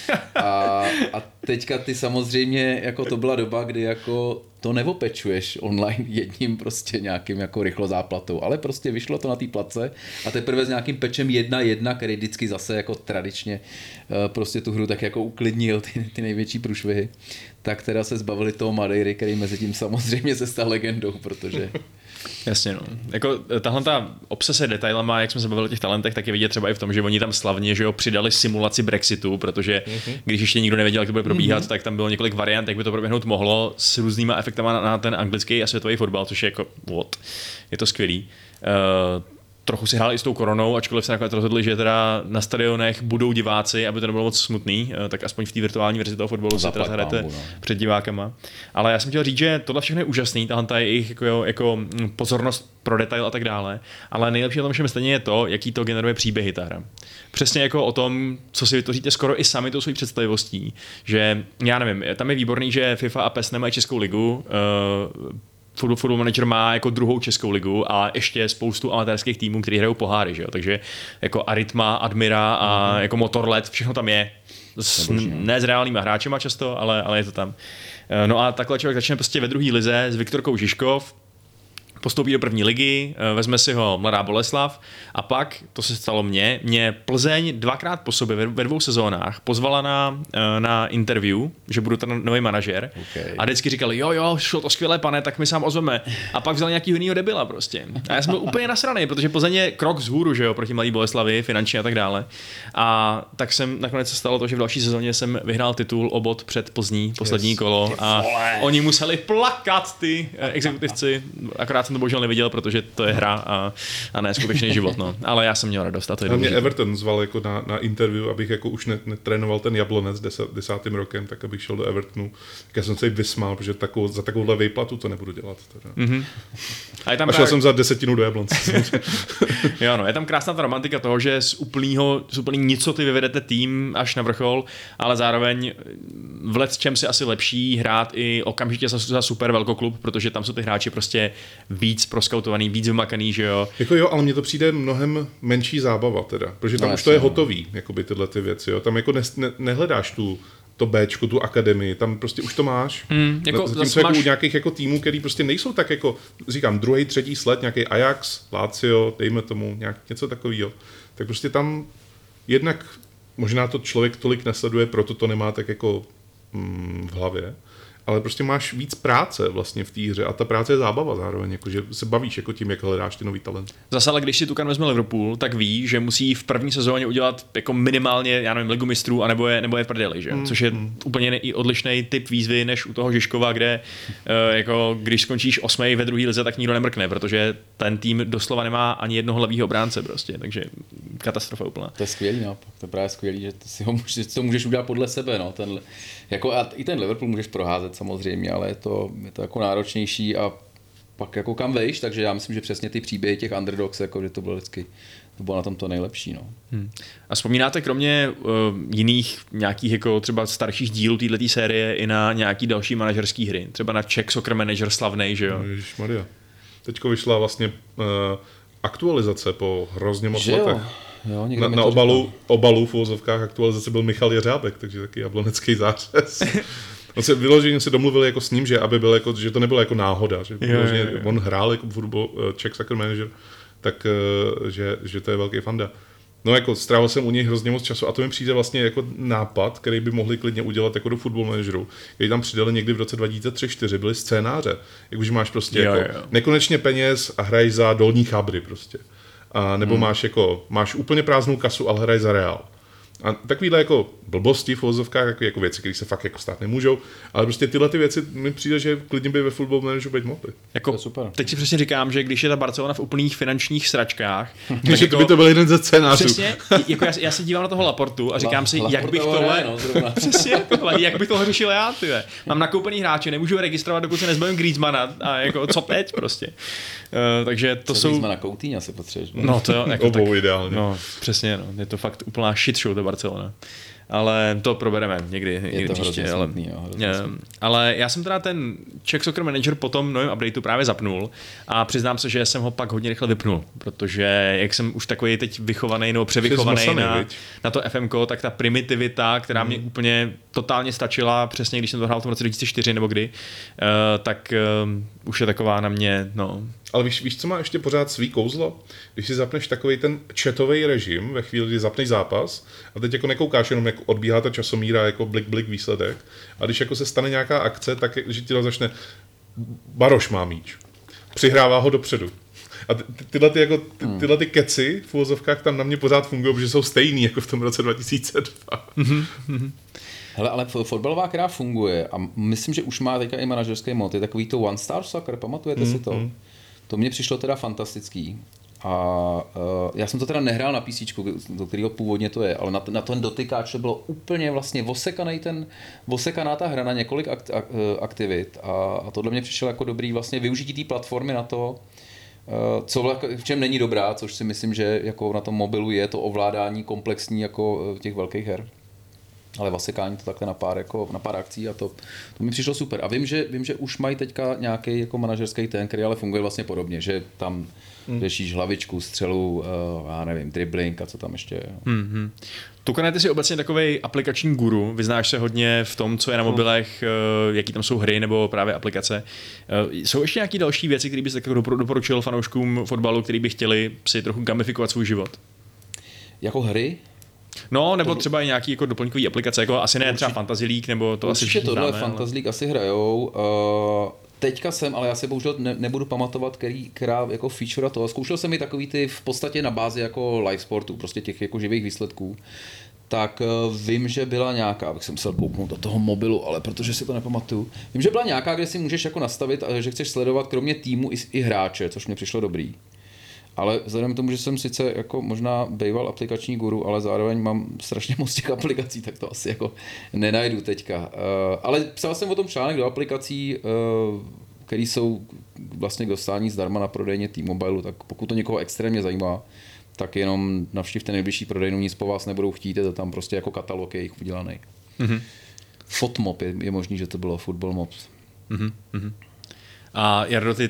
Speaker 2: A teďka ty samozřejmě, jako to byla doba, kdy jako to neopečuješ online jedním prostě nějakým jako rychlozáplatou, ale prostě vyšlo to na té place a teprve s nějakým pečem 1-1, který vždycky zase jako tradičně prostě tu hru tak jako uklidnil ty největší průšvihy, tak teda se zbavili toho Madeiry, který mezi tím samozřejmě se stal legendou, protože...
Speaker 1: Jasně, no. Jako tahle ta obsese detailama, jak jsme se bavili o těch talentech, tak je vidět třeba i v tom, že oni tam slavně, že jo, přidali simulaci Brexitu, protože když ještě nikdo nevěděl, jak to bude probíhat, tak tam bylo několik variant, jak by to proběhnout mohlo s různýma efektama na ten anglický a světový fotbal, což je jako je to skvělý. Trochu si hráli i s tou koronou, ačkoliv se nakonec rozhodli, že teda na stadionech budou diváci, aby to nebylo moc smutný, tak aspoň v té virtuální verzi toho fotbalu se teda hrajete před divákama. Ale já jsem chtěl říct, že tohle všechno je úžasný, tahle je jejich jako pozornost pro detail a tak dále, ale nejlepší na tom všem stejně je to, jaký to generuje příběhy ta hra. Přesně jako o tom, co si vytvoříte skoro i sami tou svojí představivostí, že já nevím, tam je výborný, že FIFA a PES nemají českou ligu, Football Manager má jako druhou českou ligu a ještě spoustu amatérských týmů, kteří hrajou poháry, že jo? Takže jako Aritma, Admira a jako Motorlet, všechno tam je. Ne s reálnýma hráčema často, ale je to tam. No a takhle člověk začne prostě ve druhé lize s Viktorkou Žižkov, postoupí do první ligy, vezme si ho Mladá Boleslav a pak, to se stalo mě Plzeň 2krát po sobě ve 2 sezónách pozvala na interview, že budu ten nový manažer a vždycky říkali, jo, šlo to skvěle, pane, tak my sám ozveme. A pak vzal nějaký jinýho debila prostě. A já jsem byl úplně nasranej, protože Plzeň je krok vzhůru, že jo, proti Mladé Boleslavi, finančně a tak dále. A tak jsem nakonec se stalo to, že v další sezóně jsem vyhrál titul o bod před Plzní, poslední kolo a oni museli plakat ty exekutivci, akorát jsem to bohužel neviděl, protože to je hra a ne skutečný život, no. Ale já jsem měl radost a to je
Speaker 3: mě Everton zval jako na interview, abych jako už netrénoval ten Jablonec 10. rokem, tak abych šel do Evertonu. Tak já jsem se jí vysmál, protože za takovouhle výplatu to nebudu dělat. Mm-hmm. A šel jsem za 10 do Jablonce.
Speaker 1: Jo, no, je tam krásná ta romantika toho, že z úplný nicoty vyvedete tým až na vrchol, ale zároveň v lecčem si asi lepší hrát i okamžitě za super velkoklub, protože tam jsou ty hráči prostě víc proskautovaný, víc vymakaný, že jo.
Speaker 3: Jako jo, ale mně to přijde mnohem menší zábava teda, protože tam už to je hotový, jakoby tyhle ty věci, jo. Tam jako nehledáš to Bčko, tu akademii, tam prostě už to máš. Zatímco jako u nějakých jako týmů, který prostě nejsou tak jako, říkám, 2., 3. sled, nějaký Ajax, Lazio, dejme tomu, něco takového, tak prostě tam jednak možná to člověk tolik nesleduje, proto to nemá tak jako v hlavě, ale prostě máš víc práce vlastně v té hře a ta práce je zábava zároveň, jakože se bavíš jako tím, jak hledáš ty nový talent.
Speaker 1: Zase ale když si Tukan vezme Liverpool, tak ví, že musí v první sezóně udělat jako minimálně, já nevím, Ligu mistrů, anebo je v prdeli, že? Což je úplně odlišný typ výzvy než u toho Žižkova, kde jako když skončíš 8. ve druhé lize, tak nikdo nemrkne, protože ten tým doslova nemá ani jednoho levýho obránce prostě, takže katastrofa úplná.
Speaker 2: To je skvělý, no. To je právě skvělý, že to můžeš udělat podle sebe, no. Jako a i ten Liverpool můžeš proházet samozřejmě, ale je to jako náročnější a pak jako kam vejš, takže já myslím, že přesně ty příběhy těch underdogs, jako, že to bylo na tom to nejlepší. No.
Speaker 1: A vzpomínáte kromě jiných nějakých jako třeba starších dílů této série i na nějaký další manažerský hry? Třeba na Czech Soccer Manager slavnej, že jo?
Speaker 3: Ježišmarja. Teďko vyšla vlastně aktualizace po hrozně moc letech.
Speaker 2: Jo,
Speaker 3: na obalu v uvozovkách aktualizace byl Michal Jeřábek, takže taky jablonecký zářez. On se vyloženě se domluvil jako s ním, že aby byl jako, že to nebylo jako náhoda, že on hrál jako fotbal Czech Soccer Manager, tak že to je velký fanda. No jako strávil jsem u něj hrozně moc času a to mi přijde vlastně jako nápad, který by mohli klidně udělat jako do Football Manageru. Když tam přidali někdy v roce 2003-2004, byly scénáře, jak už máš prostě nekonečně peněz a hraješ za Dolní Chabry prostě. A nebo máš úplně prázdnou kasu, ale hraj za Real. A takovýhle jako blbosti v uvozovkách, jako věci, které se fakt jako stát nemůžou, ale prostě tyhle ty věci mi přijde, že klidně by ve Football Manageru být mohli.
Speaker 1: Jako, to je super. Teď si přesně říkám, že když je ta Barcelona v úplných finančních sračkách,
Speaker 3: takže jako, to by to byl jeden ze scénářů.
Speaker 1: Přesně, jako já se dívám na toho Laportu a říkám si, jak bych tohle, přesně, jak bych tohle řešil já, tyve. Mám nakoupený hráče, nemůžu registrovat, dokud se nezbavím Griezmana a jako co teď prostě. Takže to jsou...
Speaker 2: Griezmana Coutinho si potřebuješ.
Speaker 1: No to jo, jako
Speaker 3: obou ideálně.
Speaker 1: No, přesně, no, je to fakt úplná shit show, to Barcelona. Ale to probereme někdy příště. Ale já jsem teda ten Czech Soccer Manager po tom novém updateu právě zapnul a přiznám se, že jsem ho pak hodně rychle vypnul, protože jak jsem už takový teď vychovaný nebo převychovaný na to FMko, tak ta primitivita, která mě úplně totálně stačila, přesně když jsem to hrál v tom roce 2004 nebo kdy, tak už je taková na mě, no.
Speaker 3: Ale víš, co má ještě pořád svý kouzlo? Když si zapneš takový ten chatový režim ve chvíli, kdy zapneš zápas a teď jako nekoukáš jenom, jak odbíhá ta časomíra, jako blik výsledek, a když jako se stane nějaká akce, tak že ti to začne Baroš má míč. Přihrává ho dopředu. A tyhle ty keci v uvozovkách tam na mě pořád fungují, protože jsou stejný jako v tom roce 2002.
Speaker 2: Hele, ale fotbalová hra funguje a myslím, že už má teďka i manažerský mod. Je takový to One Star Soccer, pamatujete si to? To mně přišlo teda fantastický. A já jsem to teda nehrál na PC, do kterého původně to je, ale na ten dotykáč to bylo úplně vlastně osekaná ta hra na několik aktivit a tohle mě přišlo jako dobrý vlastně využití té platformy na to, v čem není dobrá, což si myslím, že jako na tom mobilu je to ovládání komplexní jako těch velkých her. ale vasekání to takhle na pár akcí a to mi přišlo super. A vím, že už mají teďka nějaký jako manažerský ten, který ale funguje vlastně podobně, že tam řešíš hlavičku, střelu, já nevím, dribbling a co tam ještě je.
Speaker 1: Tukane, ty jsi obecně takovej aplikační guru, vyznáš se hodně v tom, co je na mobilech, jaký tam jsou hry nebo právě aplikace. Jsou ještě nějaké další věci, které bys tak doporučil fanouškům fotbalu, který by chtěli si trochu gamifikovat svůj život?
Speaker 2: Jako hry?
Speaker 1: No, nebo třeba i nějaký jako doplňkový aplikace, jako asi ne třeba Fantasy League, nebo to asi všichni
Speaker 2: tohle
Speaker 1: známe.
Speaker 2: Fantasy League asi hrajou. Teďka ale já si bohužel nebudu pamatovat, která jako feature to. Zkoušel jsem i takový ty v podstatě na bázi jako live sportu, prostě těch jako živých výsledků. Tak vím, že byla nějaká, abych se musel kouknout do toho mobilu, ale protože si to nepamatuju. Vím, že byla nějaká, kde si můžeš jako nastavit, že chceš sledovat kromě týmu i hráče, což mě přišlo dobrý. Ale vzhledem k tomu, že jsem sice jako možná býval aplikační guru, ale zároveň mám strašně moc těch aplikací, tak to asi jako nenajdu teďka. Ale psal jsem o tom článek do aplikací, které jsou vlastně k dostání zdarma na prodejně T-Mobile, tak pokud to někoho extrémně zajímá, tak jenom navštivte nejbližší prodejnu, nic po vás nebudou chtít, je to tam prostě jako katalog jejich udělaný. Fotmob je možný, že to bylo Football Mobs.
Speaker 1: A Jardo, ty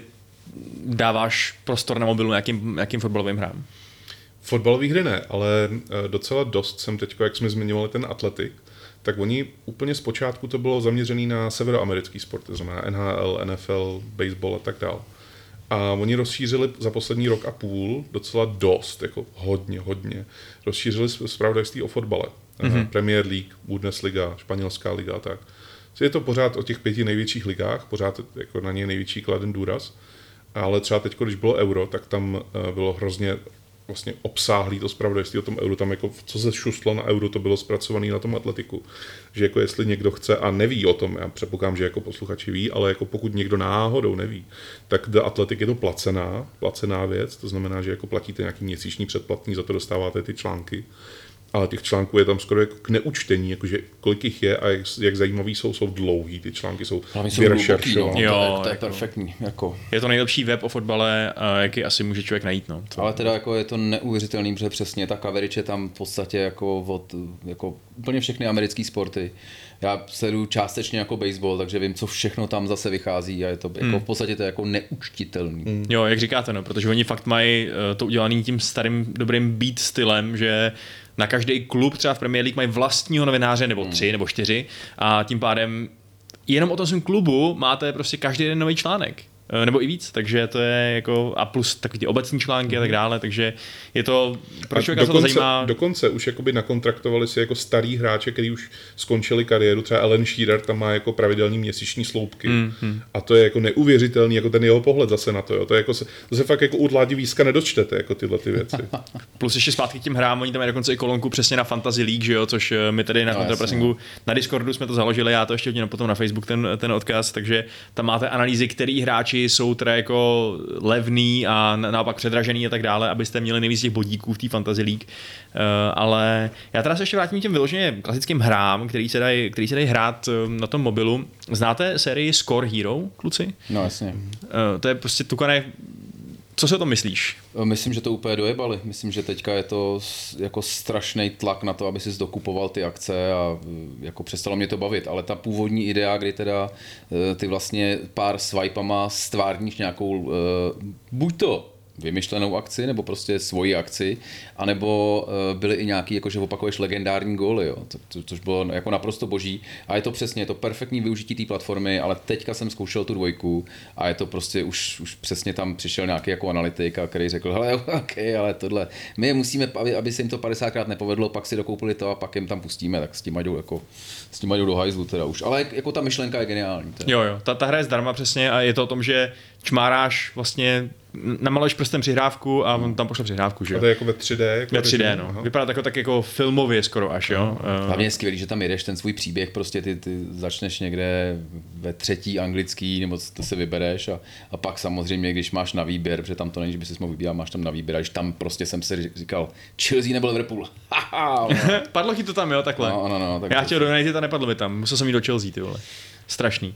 Speaker 1: dáváš prostor na mobilu nějakým fotbalovým hrám?
Speaker 3: Fotbalové hry ne, ale docela dost jsem teď, jak jsme zmiňovali ten Athletic, tak oni úplně zpočátku to bylo zaměřený na severoamerický sport, to znamená NHL, NFL, baseball a tak dále. A oni rozšířili za poslední rok a půl docela dost, jako hodně. Rozšířili zpravodajství o fotbale. Premier League, Bundesliga, španělská liga a tak. Je to pořád o těch 5 největších ligách, pořád jako na ně největší kladen důraz. Ale třeba teď, když bylo Euro, tak tam bylo hrozně vlastně obsáhlý to zpravodajství o tom Euro. Tam jako, co se šustlo na Euro, to bylo zpracované na tom Atletiku. Že jako jestli někdo chce a neví o tom, já předpokládám, že jako posluchači ví, ale jako pokud někdo náhodou neví, tak The Athletic je to placená věc, to znamená, že jako platíte nějaký měsíční předplatný, za to dostáváte ty články. Ale těch článků je tam skoro jako k neučtení, jakože kolik jich je a jak zajímavý jsou dlouhý, ty články jsou
Speaker 2: vyrešeršované.
Speaker 1: Jo,
Speaker 2: to je perfektní. Jako.
Speaker 1: Je to nejlepší web o fotbale, jaký asi může člověk najít. No.
Speaker 2: Ale teda jako je to neuvěřitelný, protože přesně ta coverage je tam v podstatě jako jako úplně všechny americké sporty. Já sleduju částečně jako baseball, takže vím, co všechno tam zase vychází a je to jako v podstatě to je jako neučtitelný.
Speaker 1: Jo, jak říkáte, no, protože oni fakt mají to udělaný tím starým dobrým beat stylem, že na každý klub třeba v Premier League mají vlastního novináře nebo 3 nebo 4 a tím pádem jenom o tom svém klubu máte prostě každý den nový článek. Nebo i víc, takže to je jako a plus takový ty obecní články a tak dále, takže je to, pro člověka se to zajímá.
Speaker 3: Dokonce už jakoby nakontraktovali si jako starý hráče, který už skončili kariéru, třeba Alan Shearer tam má jako pravidelný měsíční sloupky a to je jako neuvěřitelný, jako ten jeho pohled zase na to, jo. To je jako to se fakt jako u Dládi Víska nedočtete, jako tyhle ty věci.
Speaker 1: Plus ještě zpátky k těm hrám, oni tam mají dokonce i kolonku přesně na Fantasy League, že jo, což my tady na Contrapressingu na Discordu jsme to založili, já to ještě hodně potom na Facebook ten odkaz, takže tam máte analýzy, který hráči jsou teda jako levný a naopak předražený a tak dále, abyste měli nejvíc těch bodíků v té Fantasy League. Ale já teda se ještě vrátím k těm vyloženě klasickým hrám, který se dají hrát na tom mobilu. Znáte sérii Score Hero, kluci?
Speaker 2: No jasně.
Speaker 1: To je prostě Tukane. Co si o tom myslíš?
Speaker 2: Myslím, že to úplně dojebali. Myslím, že teďka je to jako strašný tlak na to, aby si dokupoval ty akce a jako přestalo mě to bavit. Ale ta původní idea, kdy teda ty vlastně pár swipama stvárníš nějakou buď to vymyšlenou akci, nebo prostě svoji akci, anebo byly i nějaký, jako že opakuješ legendární góly, jo, což bylo jako naprosto boží. A je to přesně, je to perfektní využití té platformy, ale teďka jsem zkoušel tu 2 a je to prostě už přesně tam přišel nějaký jako analytik, který řekl, hele, OK, ale tohle, my musíme, aby se jim to 50krát nepovedlo, pak si dokoupili to a pak jim tam pustíme, tak s tím jdou do hajzlu teda už. Ale jako ta myšlenka je geniální. Teda.
Speaker 1: Jo, ta hra je zdarma přesně a je to o tom, že čmáráš vlastně, namaluješ prstem přihrávku a on tam pošle přihrávku, že jo?
Speaker 3: A to je jako ve 3D? Jako
Speaker 1: ve 3D, no. Aha. Vypadá tak jako filmově skoro až, jo?
Speaker 2: Hlavně je skvělý, že tam jedeš ten svůj příběh, prostě ty začneš někde ve 3. anglický, nebo to si vybereš a pak samozřejmě, když máš na výběr, protože tam to není, že by si mohl vybírat, máš tam na výběr, a když tam prostě jsem si říkal Chelsea nebo Liverpool.
Speaker 1: Padlo ti to tam, jo, takhle?
Speaker 2: No, tak
Speaker 1: já chtěl do United a nepadlo mi tam, musel jsem jít do Chelsea, ty vole. Strašný.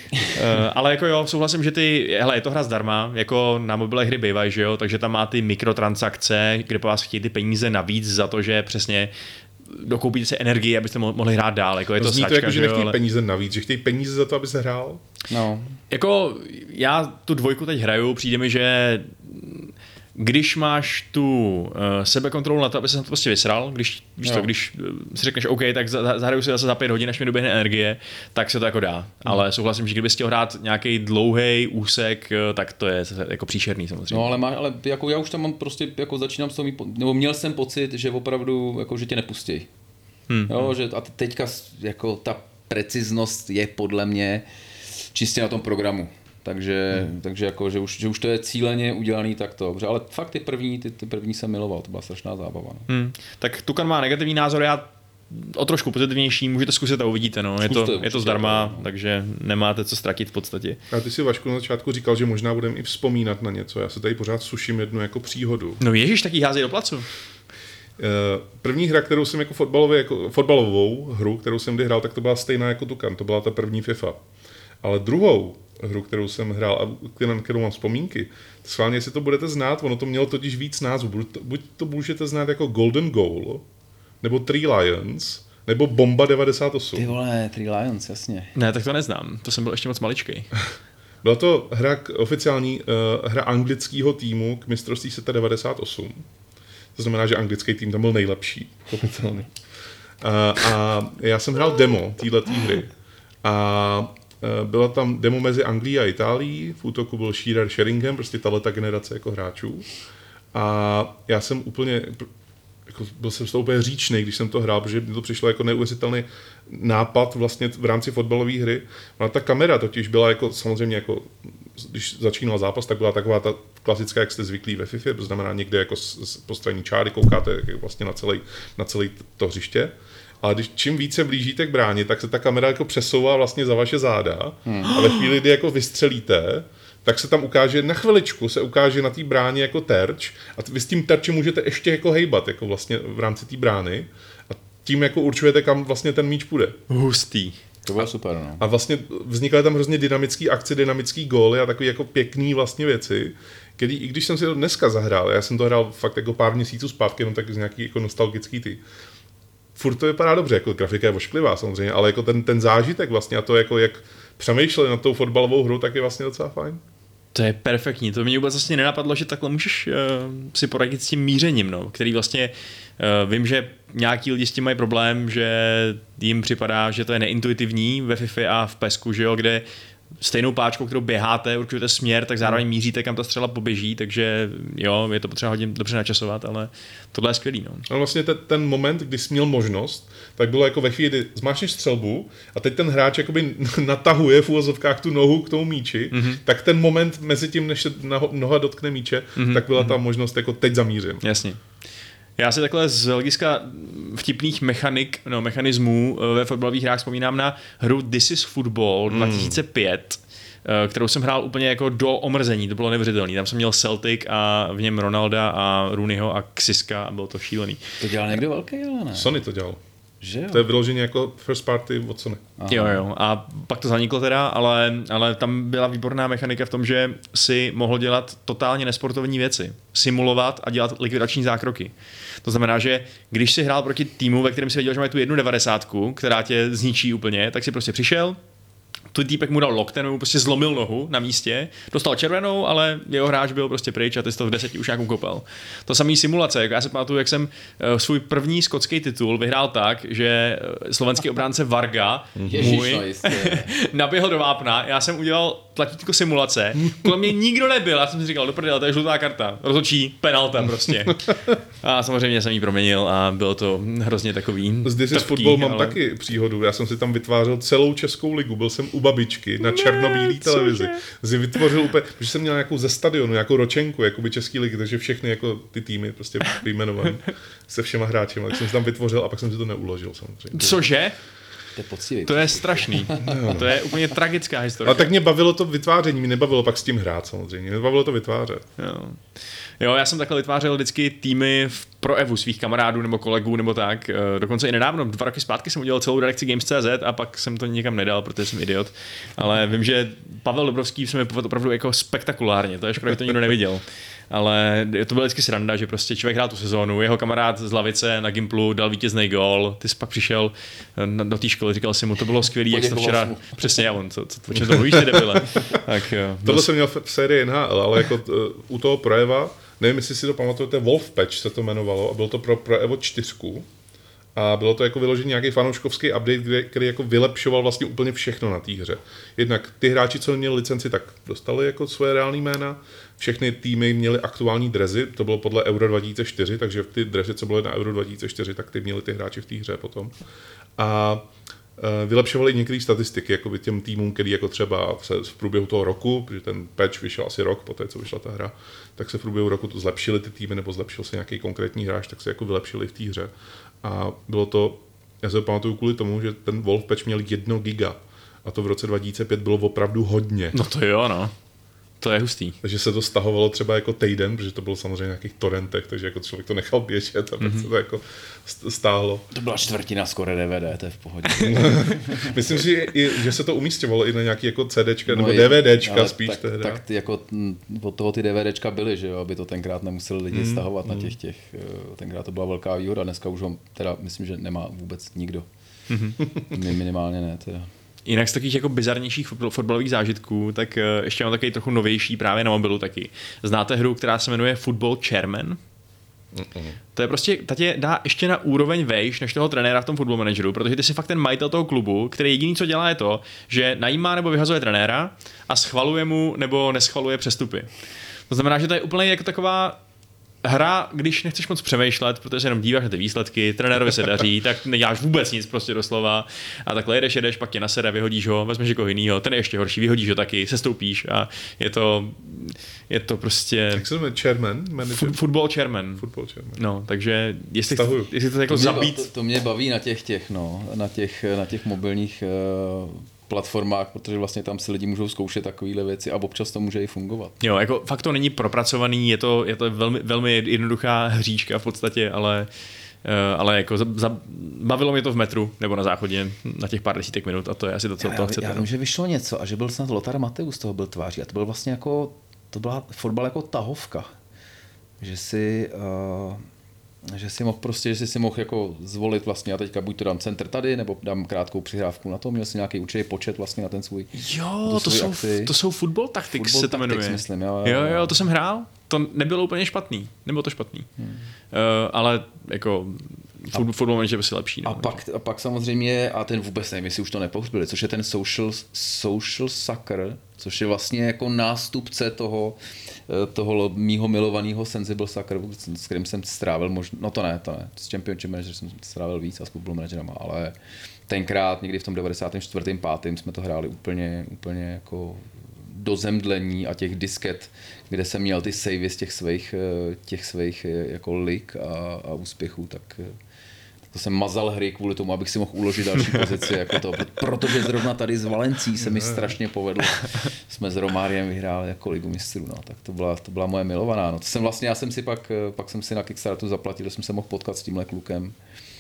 Speaker 1: Ale jako jo, souhlasím, že je to hra zdarma, jako na mobilech hry bývají, že jo, takže tam má ty mikrotransakce, kde po vás chtějí ty peníze navíc za to, že přesně dokoupíte si energii, abyste mohli hrát dál. Jako je to
Speaker 3: zní
Speaker 1: sračka,
Speaker 3: to jako, že nechtějí
Speaker 1: ale...
Speaker 3: peníze navíc, že chtějí peníze za to, aby se hrál.
Speaker 2: No.
Speaker 1: Jako já tu 2 teď hraju, přijde mi, že když máš tu sebekontrolu na to, aby se na to prostě vysral, když si řekneš OK, tak zahraju si zase za 5 hodin, až mi doběhne energie, tak se to jako dá. Ale souhlasím, že kdybys chtěl hrát nějaký dlouhý úsek, tak to je jako příšerný samozřejmě.
Speaker 2: No ale jako já už tam mám prostě, jako začínám s tom, nebo měl jsem pocit, že opravdu, jako, že tě nepustí. Jo, že a teďka jako ta preciznost je podle mě čistě na tom programu. Takže jako, že už to je cíleně udělaný takto. Dobře, ale fakt ty první jsem miloval, to byla strašná zábava. No.
Speaker 1: Tak Tukan má negativní názor, já o trošku pozitivnější, můžete zkusit a uvidíte. No. Je to zdarma, takže nemáte co ztratit v podstatě.
Speaker 3: A ty si, Vašku, na začátku říkal, že možná budeme i vzpomínat na něco. Já se tady pořád suším jednu jako příhodu.
Speaker 1: No ježiš, taky hází do placu.
Speaker 3: První hra, kterou jsem jako fotbalovou hru, kterou jsem kdy hrál, tak to byla stejná jako Tukan, to byla ta první FIFA. Ale druhou hru, kterou jsem hrál a kterou mám vzpomínky, schválně, jestli to budete znát, ono to mělo totiž víc názvů. Buď to můžete znát jako Golden Goal, nebo Three Lions, nebo Bomba 98.
Speaker 2: Ty vole, Three Lions, jasně.
Speaker 1: Ne, tak to neznám, to jsem byl ještě moc maličkej.
Speaker 3: Byla to oficiální hra anglického týmu k mistrovství světa 98. To znamená, že anglický tým tam byl nejlepší oficiálně. A já jsem hrál demo této hry. A byla tam demo mezi Anglií a Itálií, v útoku byl Shearer Sheringham, prostě tato generace jako hráčů. A já jsem úplně, jako byl jsem z toho úplně říčnej, když jsem to hrál, protože mi to přišlo jako neuvěřitelný nápad vlastně v rámci fotbalové hry. A ta kamera totiž byla jako samozřejmě jako, když začínal zápas, tak byla taková ta klasická, jak jste zvyklí ve FIFA, to znamená někde jako po straně čáry koukáte vlastně na celý to hřiště. Ale čím více blížíte k bráně, tak se ta kamera jako přesouvá vlastně za vaše záda a ve chvíli, kdy jako vystřelíte, tak se tam ukáže, na chviličku se ukáže na té bráně jako terč a vy s tím terčem můžete ještě jako hejbat jako vlastně v rámci té brány a tím jako určujete, kam vlastně ten míč půjde.
Speaker 1: Hustý.
Speaker 2: To bylo super, no.
Speaker 3: A vlastně vznikaly tam hrozně dynamický akce, dynamický góly a takové jako pěkný vlastně věci, který, i když jsem si to dneska zahrál, já jsem to hrál fakt jako pár měsíců zpátky, jenom tak z nějaký jako nostalgický furt to vypadá dobře, jako grafika je ošklivá samozřejmě, ale jako ten zážitek vlastně a to jako jak přemýšleli nad tou fotbalovou hru, tak je vlastně docela fajn.
Speaker 1: To je perfektní, to mě vůbec vlastně nenapadlo, že takhle můžeš si poradit s tím mířením, no, který vlastně vím, že nějaký lidi s tím mají problém, že jim připadá, že to je neintuitivní ve FIFA a v PESku, že jo, kde stejnou páčkou, kterou běháte, určujete směr, tak zároveň míříte, kam ta střela poběží, takže jo, je to potřeba hodně dobře načasovat, ale tohle je skvělý. No.
Speaker 3: A vlastně ten moment, kdy jsi měl možnost, tak bylo jako ve chvíli, kdy zmášneš střelbu a teď ten hráč jakoby natahuje v uvozovkách tu nohu k tomu míči, tak ten moment mezi tím, než se noha dotkne míče, tak byla ta možnost jako teď zamířím.
Speaker 1: Jasně. Já si takhle z hlediska vtipných mechanismů ve fotbalových hrách vzpomínám na hru This is Football 2005, kterou jsem hrál úplně jako do omrzení, to bylo neuvěřitelné. Tam jsem měl Celtic a v něm Ronalda a Rooneyho a Ksiska a bylo to šílený.
Speaker 2: To dělal někdo velký, ale ne?
Speaker 3: Sony to dělal.
Speaker 2: Že jo?
Speaker 3: To je vyloženě jako first party od Sony.
Speaker 1: Jo. A pak to zaniklo teda, ale tam byla výborná mechanika v tom, že si mohl dělat totálně nesportovní věci. Simulovat a dělat likvidační zákroky. To znamená, že když si hrál proti týmu, ve kterém si věděl, že mají tu 1,90, která tě zničí úplně, tak si prostě přišel, tu týpek mu dal loktem, mu prostě zlomil nohu na místě, dostal červenou, ale jeho hráč byl prostě pryč a ty jsi to v 10 už nějak ukopal. To samý simulace, jako já se pamatuju, jak jsem svůj první skotský titul vyhrál tak, že slovenský obránce Varga můj naběhl do vápna, já jsem udělal tlačítko simulace, kolem mě nikdo nebyl, já jsem si říkal, do prdele, to je žlutá karta, rozhodčí, penalta prostě. A samozřejmě jsem ji proměnil a bylo to hrozně takový
Speaker 3: z This is Football mám taky příhodu, já jsem si tam vytvářel celou českou ligu, byl jsem u babičky na černobílé televizi. Si vytvořil úplně, protože jsem měl nějakou ze stadionu, nějakou ročenku, jakoby český ligy, takže všechny jako ty týmy prostě vyjmenované se všema hráči, tak jsem si tam vytvořil a pak jsem si to neuložil samozřejmě.
Speaker 1: Cože?
Speaker 2: To je poctivý.
Speaker 1: To je strašný. To je úplně tragická historie.
Speaker 3: A tak mě bavilo to vytváření, mě nebavilo pak s tím hrát samozřejmě. Mě bavilo to vytvářet.
Speaker 1: Jo, já jsem takhle vytvářel vždycky týmy pro Evu svých kamarádů nebo kolegů nebo tak. Dokonce i nedávno, 2 roky zpátky jsem udělal celou redakci Games.cz a pak jsem to nikam nedal, protože jsem idiot. Ale vím, že Pavel Dobrovský se mi povedl opravdu jako spektakulárně. To je škoda, že to nikdo neviděl. ale to byla vždycky sranda, že prostě člověk hrál tu sezónu, jeho kamarád z lavice na Gimplu dal vítězný gól, ty jsi pak přišel do té školy, říkal si mu, to bylo skvělý, jak jsi to včera, přesně já, o čem to mluvíš, ty debile. Tak jo.
Speaker 3: Tohle jsem měl v sérii NHL, ale jako u toho Proeva, nevím, jestli si to pamatujete, Wolf Patch se to jmenovalo a bylo to pro Evo 4. A bylo to jako vyložený nějaký fanouškovský update, který jako vylepšoval vlastně úplně všechno na té hře. Jednak ty hráči, co měli licenci, tak dostali jako svoje reální jména. Všechny týmy měly aktuální dresy, to bylo podle Euro 2004, takže ty dresy, co byly na Euro 2004, tak ty měli ty hráči v té hře potom. A vylepšovali i některé statistiky, jako by těm týmům, který jako třeba se v průběhu toho roku, protože ten patch vyšel asi rok poté, co vyšla ta hra, tak se v průběhu roku to zlepšili ty týmy, nebo zlepšil se nějaký konkrétní hráč, tak se jako vylepšili v té hře. A bylo to, já se pamatuju kvůli tomu, že ten Wolf Patch měl 1 giga a to v roce 2005 bylo opravdu hodně.
Speaker 1: No to jo, no. To je hustý.
Speaker 3: Takže se to stahovalo třeba jako týden, protože to bylo samozřejmě v nějakých torrentech, takže jako člověk to nechal běžet a tak se to jako stáhlo.
Speaker 2: To byla čtvrtina skoro DVD, to je v pohodě.
Speaker 3: Myslím si, že se to umístěvalo i na nějaký jako CDčka nebo DVDčka spíš tehdy.
Speaker 2: Tak jako od toho ty DVDčka byly, že jo, aby to tenkrát nemuseli lidi stahovat na těch. Tenkrát to byla velká výhoda, dneska už ho teda myslím, že nemá vůbec nikdo. Minimálně ne, teda.
Speaker 1: Jinak z takových jako bizarnějších fotbalových zážitků, tak ještě mám takový trochu novější právě na mobilu taky. Znáte hru, která se jmenuje Football Chairman? To je prostě, ta tě dá ještě na úroveň vejš než toho trenéra v tom Football Manageru, protože ty jsi fakt ten majitel toho klubu, který jediný, co dělá, je to, že najímá nebo vyhazuje trenéra a schvaluje mu nebo neschvaluje přestupy. To znamená, že to je úplně jako taková hra, když nechceš moc přemýšlet, protože se jenom díváš na ty výsledky, trenérovi se daří, tak neděláš vůbec nic prostě doslova a takhle jedeš, pak tě nasede, vyhodíš ho, vezmeš někoho jinýho, ten je ještě horší, vyhodíš ho taky, sestoupíš a je to prostě...
Speaker 3: Jak se jmenuje? Chairman?
Speaker 1: Football Chairman.
Speaker 3: Football Chairman.
Speaker 1: No, takže jestli to jako zabít...
Speaker 2: To mě baví na těch mobilních platformách, protože vlastně tam si lidi můžou zkoušet takovéhle věci a občas to může i fungovat.
Speaker 1: Jo, jako fakt to není propracovaný, je to velmi, velmi jednoduchá hříčka v podstatě, ale jako bavilo mě to v metru nebo na záchodě na těch pár desítek minut a to je asi to, co toho chcete.
Speaker 2: Já vím, že vyšlo něco a že byl snad Lothar Matthäus, toho byl tváří a to byl vlastně jako, to byla fotbal jako tahovka. Že si mohl jako zvolit vlastně a teďka buď to dám center tady, nebo dám krátkou přihrávku na to, měl si nějaký určitý počet vlastně na ten svůj.
Speaker 1: Jo, to jsou Football Tactics, se to jmenuje.
Speaker 2: Myslím,
Speaker 1: jo, to jsem hrál, to nebylo úplně špatný, nebylo to špatný. Ale jako Football Manager by si lepší.
Speaker 2: A pak samozřejmě, a ten vůbec nevím, jestli už to nepohřbili, což je ten social soccer, což je vlastně jako nástupce toho mýho milovaného Sensible Soccer, s kterým jsem strávil to ne, s Championship Manager jsem strávil víc a s Football Managerama, ale tenkrát někdy v tom 94. 5. jsme to hráli úplně jako do zemdlení a těch disket, kde jsem měl ty savey z těch svých jako lig a úspěchů, tak to jsem mazal hry kvůli tomu, abych si mohl uložit další pozici, jako to, protože zrovna tady z Valencí se mi strašně povedlo. Jsme s Romáriem vyhráli jako ligu mistrů, no, tak to byla moje milovaná. No. To jsem vlastně, já jsem si pak jsem si na Kickstarteru zaplatil, že jsem se mohl potkat s tímhle klukem,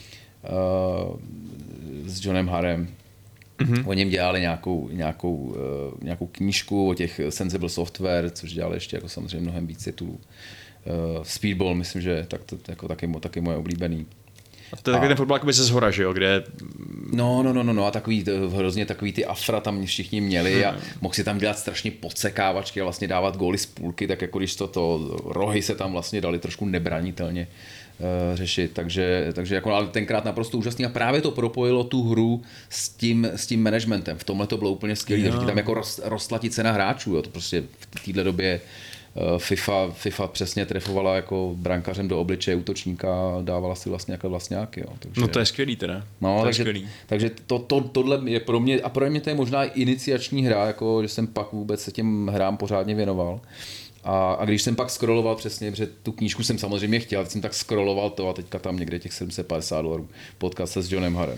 Speaker 2: s Johnem Harem. Oni jim dělali nějakou knížku o těch Sensible Software, což dělali ještě jako samozřejmě mnohem víc titulů. Speedball, myslím, že to jako taky moje oblíbený.
Speaker 1: A to je takový ten fotbal jakoby ze zhora, že jo, kde...
Speaker 2: No a hrozně takový ty afra tam všichni měli a mohl si tam dělat strašně podsekávačky a vlastně dávat góly z půlky, tak jako když to rohy se tam vlastně dali trošku nebranitelně řešit, takže jako, ale tenkrát naprosto úžasný a právě to propojilo tu hru s tím managementem. V tomhle to bylo úplně skvělé, že tam jako rostla ti cena hráčů, jo, to prostě v téhle době FIFA přesně trefovala jako brankařem do obličeje útočníka a dávala si vlastně jako vlastňáky. Jo. Takže,
Speaker 1: no to je skvělý teda.
Speaker 2: No, takže tohle je pro mě, a pro mě to je možná iniciační hra, jako, že jsem pak vůbec se těm hrám pořádně věnoval. A když jsem pak scrolloval přesně, protože tu knížku jsem samozřejmě chtěl, ale jsem tak scrolloval to a teďka tam někde těch $750 podcast se s Johnem Harem.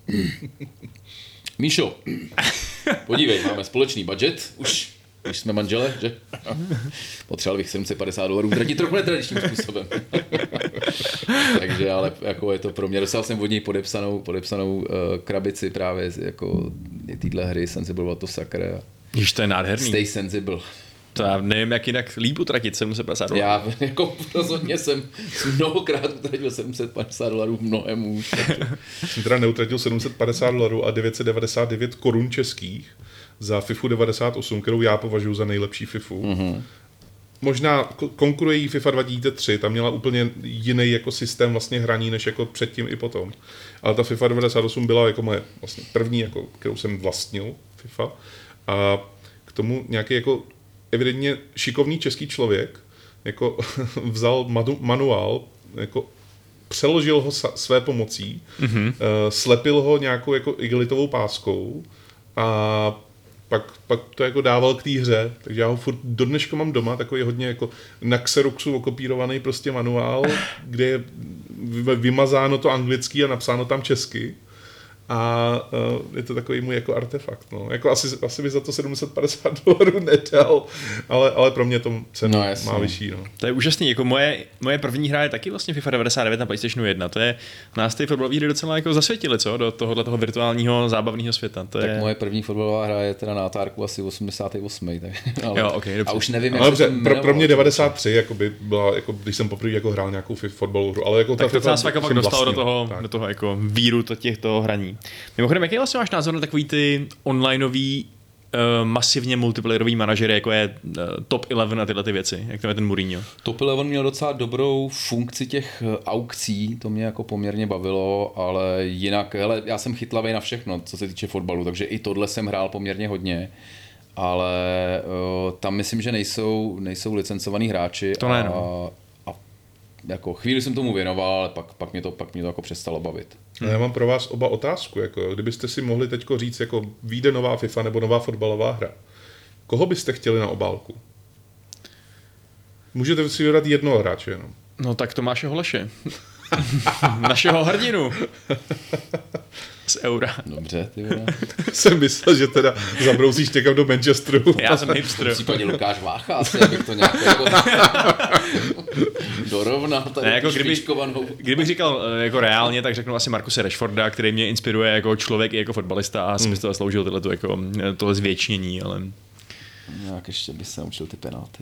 Speaker 2: Míšo, podívej, máme společný budget, už jsme manžele, že? Potřeboval bych $750 utratit trochu netradičním způsobem. Takže, ale jako je to pro mě, dostal jsem od něj podepsanou krabici právě jako týhle hry Sensible Watt of Soccer.
Speaker 1: Jež to je nádherný.
Speaker 2: Stay Sensible.
Speaker 1: To já nevím, jak jinak líp utratit $750.
Speaker 2: Já jako rozhodně jsem mnohokrát utratil $750 mnohem už.
Speaker 3: Jsem teda neutratil $750 a 999 korun českých za FIFA 98, kterou já považuji za nejlepší FIFU. Mm-hmm. Možná konkuruje jí FIFA 2003, tam měla úplně jiný jako systém vlastně hraní, než jako předtím i potom. Ale ta FIFA 98 byla jako moje vlastně první, jako, kterou jsem vlastnil FIFA. A k tomu nějaký jako evidentně šikovný český člověk jako vzal manuál, jako přeložil ho své pomocí, slepil ho nějakou jako igelitovou páskou a pak to jako dával k té hře, takže já ho furt do dneška mám doma, takový hodně jako na Xeroxu okopírovaný prostě manuál, kde je vymazáno to anglicky a napsáno tam česky. A je to takový můj jako artefakt. No. Jako asi by za to $750 nedal, ale pro mě to cenu má vyšší. No.
Speaker 1: To je úžasný. Jako moje první hra je taky vlastně FIFA 99 na PlayStationu 1. To je nás ty fotbalové hry docela jako zasvětili, co? Do tohoto virtuálního zábavného světa. To
Speaker 2: tak
Speaker 1: je...
Speaker 2: moje první fotbalová hra je teda na Atárku asi 88. Tak, ale,
Speaker 1: jo, okay,
Speaker 2: a už nevím,
Speaker 3: jak se pro mě 93 jako by byla, jako, když jsem poprvé jako hrál nějakou fotbalovou hru. Ale jako
Speaker 1: tak to nás fakt dostalo do toho jako víru těchto hraní. Mimochodem, jaký vlastně máš názor na takový ty onlineový masivně multiplayerový manažery, jako je Top 11 a tyhle ty věci, jak to je ten Mourinho?
Speaker 2: Top 11 měl docela dobrou funkci těch aukcí, to mě jako poměrně bavilo, ale jinak, hele, já jsem chytlavý na všechno, co se týče fotbalu, takže i tohle jsem hrál poměrně hodně, ale tam myslím, že nejsou licencovaní hráči.
Speaker 1: To ne, no.
Speaker 2: A jako chvíli jsem tomu věnoval, ale pak mě to jako přestalo bavit.
Speaker 3: Já mám pro vás oba otázku. Jako, kdybyste si mohli teďko říct, jako vyjde nová FIFA nebo nová fotbalová hra, koho byste chtěli na obálku? Můžete si vybrat jednoho hráče jenom.
Speaker 1: No tak Tomáše Holeše. Našeho hrdinu. Z Eura.
Speaker 2: Dobře, ty vole.
Speaker 3: Jsem myslel, že teda zabrousíš někam do Manchesteru.
Speaker 1: Já jsem hipster.
Speaker 2: V případě Lukáš Vácha asi, abych to nějak jako dorovnal tady
Speaker 1: jako
Speaker 2: špičkovanou.
Speaker 1: Kdybych říkal jako reálně, tak řeknu asi Marcuse Rashforda, který mě inspiruje jako člověk i jako fotbalista a jsem si to zasloužil tohle zvětšnění, ale...
Speaker 2: Jak ještě by se naučil ty penalty,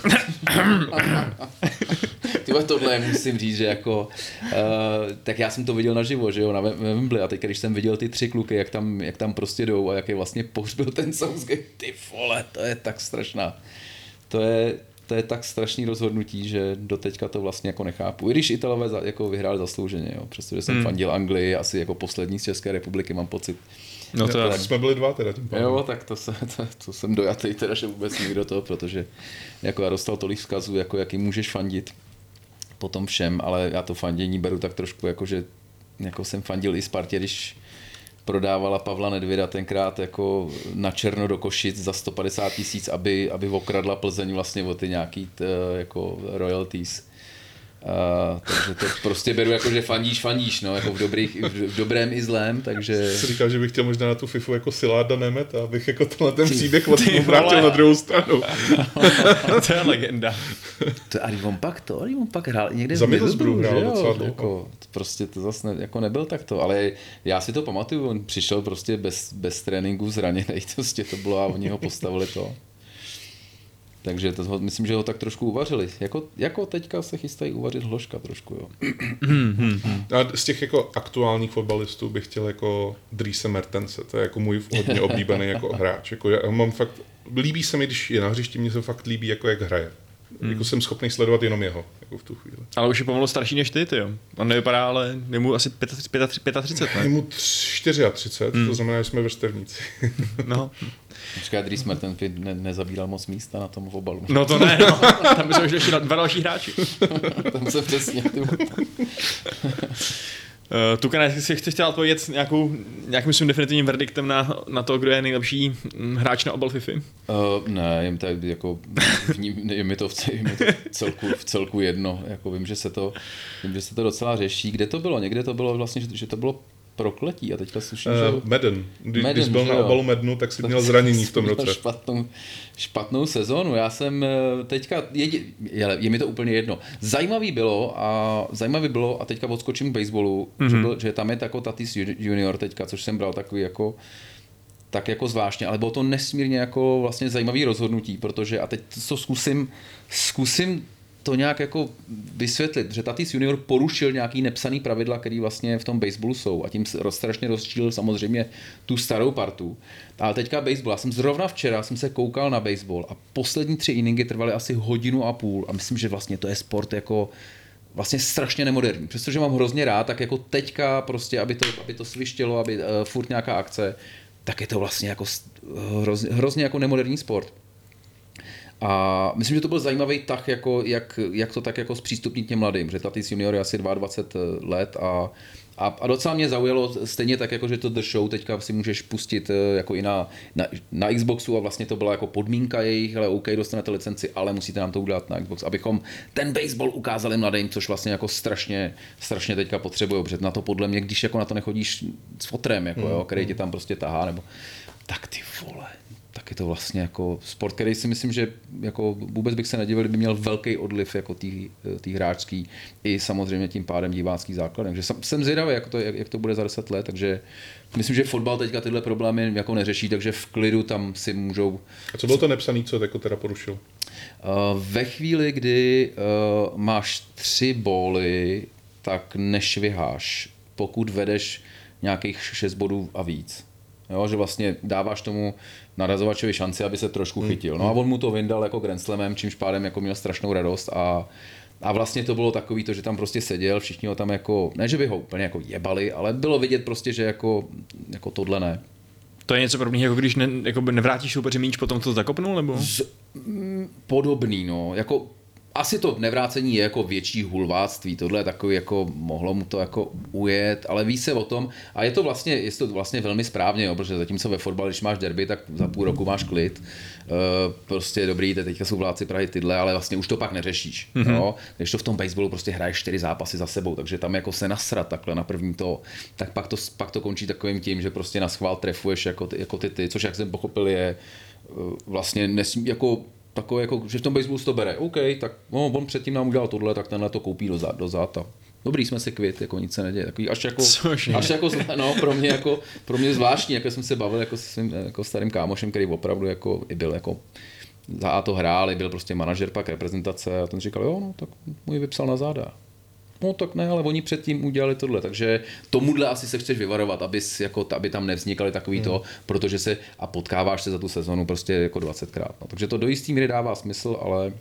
Speaker 2: Tyhle tohle musím říct, že jako tak já jsem to viděl naživo, že jo, na Wembley a teď když jsem viděl ty 3 kluky, jak tam prostě jdou a jak je vlastně pohřbil ten Southgate, ty vole, to je tak strašná. To je tak strašný rozhodnutí, že doteďka to vlastně jako nechápu. I když Italové jako vyhráli zaslouženě, jo, přestože jsem fandil Anglii, asi jako poslední z České republiky, mám pocit.
Speaker 3: No to tak jsme byli 2 teda tím pádem.
Speaker 2: Jo, tak to jsem dojatý teda, že vůbec nikdo to, protože jako já dostal tolik vzkazů, jako jaký můžeš fandit po tom všem, ale já to fandění beru tak trošku jako, že jako jsem fandil i Spartě, když prodávala Pavla Nedvěda tenkrát jako na černo do Košic za 150 000, aby okradla Plzeň vlastně o ty nějaký jako royalties. Takže to prostě beru jako, že fandíš, no, jako v dobrém i zlém, takže...
Speaker 3: Jsi říkal, že bych chtěl možná na tu FIFU jako Siláda Nemeta, abych jako ten příběh vrátil na druhou stranu.
Speaker 1: To je legenda.
Speaker 2: On pak hrál někde
Speaker 3: za Middlesbrough hrál docela
Speaker 2: jako, prostě to zase jako nebyl takto, ale já si to pamatuju, on přišel prostě bez tréninku zraněný, prostě to bylo a oni ho postavili to. Takže to, myslím, že ho tak trošku uvařili. Jako teďka se chystají uvařit Hloška trošku, jo.
Speaker 3: A z těch jako aktuálních fotbalistů bych chtěl jako Drise Mertense. To je jako můj hodně oblíbený jako hráč. Jako já mám fakt, líbí se mi, když je na hřišti, mně se fakt líbí, jako jak hraje. Jako jsem schopný sledovat jenom jeho, jako v tu chvíli.
Speaker 1: Ale už je pomalu starší než ty, jo. On nevypadá, ale je mu asi 35, ne?
Speaker 3: Je mu 34, to znamená, že jsme vrstevníci.
Speaker 2: No. Počkej, Dries Mertens by nezabíral moc místa na tom obalu.
Speaker 1: No to ne, no. Tam by se už ještě 2 další hráči.
Speaker 2: Tam se přesně.
Speaker 1: Tuka, jsi chtěl odpovědět nějakým svým definitivním verdiktem na to, kdo je nejlepší hráč na obal FIFA?
Speaker 2: Ne, je mi to v celku jedno. Jako vím, že se to docela řeší. Kde to bylo? Někde to bylo vlastně, že to bylo prokletí a teďka slyším, že...
Speaker 3: Madden. Když byl na obalu Maddenu, tak si měl zranění v tom roce.
Speaker 2: Špatnou sezónu. Já jsem teďka... Je mi to úplně jedno. Zajímavý bylo a teďka odskočím k baseballu, že tam je tako Tatis junior teďka, což jsem bral takový jako tak jako zvláštně, ale bylo to nesmírně jako vlastně zajímavý rozhodnutí, protože a teď to zkusím to nějak jako vysvětlit, že Tatis junior porušil nějaký nepsaný pravidla, který vlastně v tom baseballu jsou a tím strašně rozčílil samozřejmě tu starou partu. Ale teďka baseball, já jsem zrovna včera jsem se koukal na baseball a poslední 3 inningy trvaly asi 1,5 hodiny a myslím, že vlastně to je sport jako vlastně strašně nemoderní. Přestože mám hrozně rád, tak jako teďka prostě, aby to svištělo, aby furt nějaká akce, tak je to vlastně jako hrozně jako nemoderní sport. A myslím, že to byl zajímavý tah, jako jak to tak jako zpřístupnit těm mladým, že Tatis junior je asi 22 let a docela mě zaujalo stejně tak, jako že to The Show teďka si můžeš pustit jako i na Xboxu a vlastně to byla jako podmínka jejich, ale OK, dostanete licenci, ale musíte nám to udělat na Xbox, abychom ten baseball ukázali mladým, což vlastně jako strašně teďka potřebujou, protože na to podle mě, když jako na to nechodíš s fotrem, jako, jo, který tě tam prostě tahá, nebo tak ty vole. Tak je to vlastně jako sport, který si myslím, že jako vůbec bych se nedivil, kdyby měl velký odliv jako tý hráčský i samozřejmě tím pádem divácký základ. Takže jsem zvědavý, jak to bude za 10 let, takže myslím, že fotbal teďka tyhle problémy jako neřeší, takže v klidu tam si můžou...
Speaker 3: A co bylo to nepsaný, co jako teda porušil?
Speaker 2: Ve chvíli, kdy máš 3 bóly, tak nešviháš, pokud vedeš nějakých 6 bodů a víc. Jo, že vlastně dáváš tomu narazovačovi šanci, aby se trošku chytil. No a on mu to vyndal jako Grand Slamem, čímž pádem jako měl strašnou radost a vlastně to bylo takový to, že tam prostě seděl, všichni ho tam jako, ne že by ho úplně jako jebali, ale bylo vidět prostě, že jako tohle ne.
Speaker 1: To je něco podobného, jako když nevrátíš soupeři míč, potom to zakopnul, nebo?
Speaker 2: Podobný, no, jako asi to nevrácení je jako větší hulváctví, tohle je takový jako, mohlo mu to jako ujet, ale ví se o tom a je to vlastně velmi správně, jo, protože zatímco ve fotbale, když máš derby, tak za půl roku máš klid, prostě dobrý, teďka jsou vládci Prahy tyhle, ale vlastně už to pak neřešíš, jo, když to v tom baseballu prostě hraješ 4 zápasy za sebou, takže tam jako se nasrat takhle na první to, tak pak to končí takovým tím, že prostě na schvál trefuješ jako ty, což jak jsem pochopil je vlastně jako takové, jako, že v tom baseballu to bere. OK, tak no, on předtím nám udělal tohle, tak tenhle to koupí do záta. Dobrý, jsme si kvit, jako nic se neděje. Takový až jako no, pro mě zvláštní, jako jsem se bavil jako se svým jako starým kámošem, který opravdu jako i byl jako za A to hrál, byl prostě manažer pak reprezentace a ten říkal, jo, no, tak můj vypsal na záda. No tak ne, ale oni předtím udělali tohle, takže tomuhle asi se chceš vyvarovat, aby tam nevznikaly takový to, protože se a potkáváš se za tu sezonu prostě jako 20krát. No. Takže to do jistý míry dává smysl, ale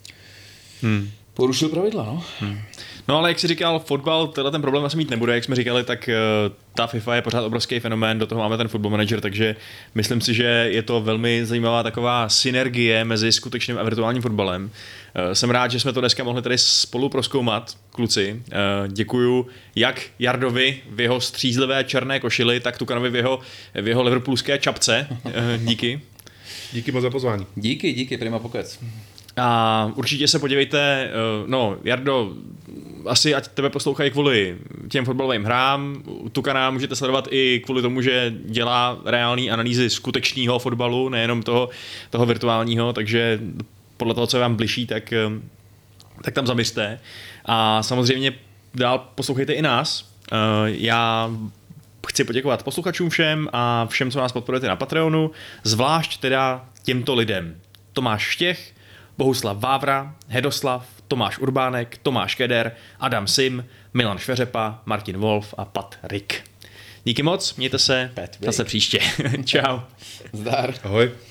Speaker 2: porušil pravidla, no.
Speaker 1: No ale jak jsi říkal, fotbal, tenhle ten problém asi mít nebude, jak jsme říkali, tak ta FIFA je pořád obrovský fenomén, do toho máme ten Football Manager, takže myslím si, že je to velmi zajímavá taková synergie mezi skutečným a virtuálním fotbalem. Jsem rád, že jsme to dneska mohli tady spolu prozkoumat, kluci. Děkuju jak Jardovi v jeho střízlivé černé košili, tak Tukanovi v jeho liverpoolské čapce. Díky.
Speaker 3: Díky moc za pozvání.
Speaker 2: Díky, prima pokec.
Speaker 1: A určitě se podívejte, no Jardo, asi ať tebe poslouchají kvůli těm fotbalovým hrám, Tukana můžete sledovat i kvůli tomu, že dělá reální analýzy skutečného fotbalu, nejenom toho virtuálního, takže podle toho, co je vám bližší, tak tam zaměřte. A samozřejmě dál poslouchejte i nás. Já chci poděkovat posluchačům všem a všem, co nás podporujete na Patreonu, zvlášť teda těmto lidem. Tomáš Štěch, Bohuslav Vávra, Hedoslav, Tomáš Urbánek, Tomáš Keder, Adam Sim, Milan Šveřepa, Martin Wolf a Pat Rick. Díky moc, mějte se, zase příště. Čau.
Speaker 2: Zdar.
Speaker 3: Ahoj.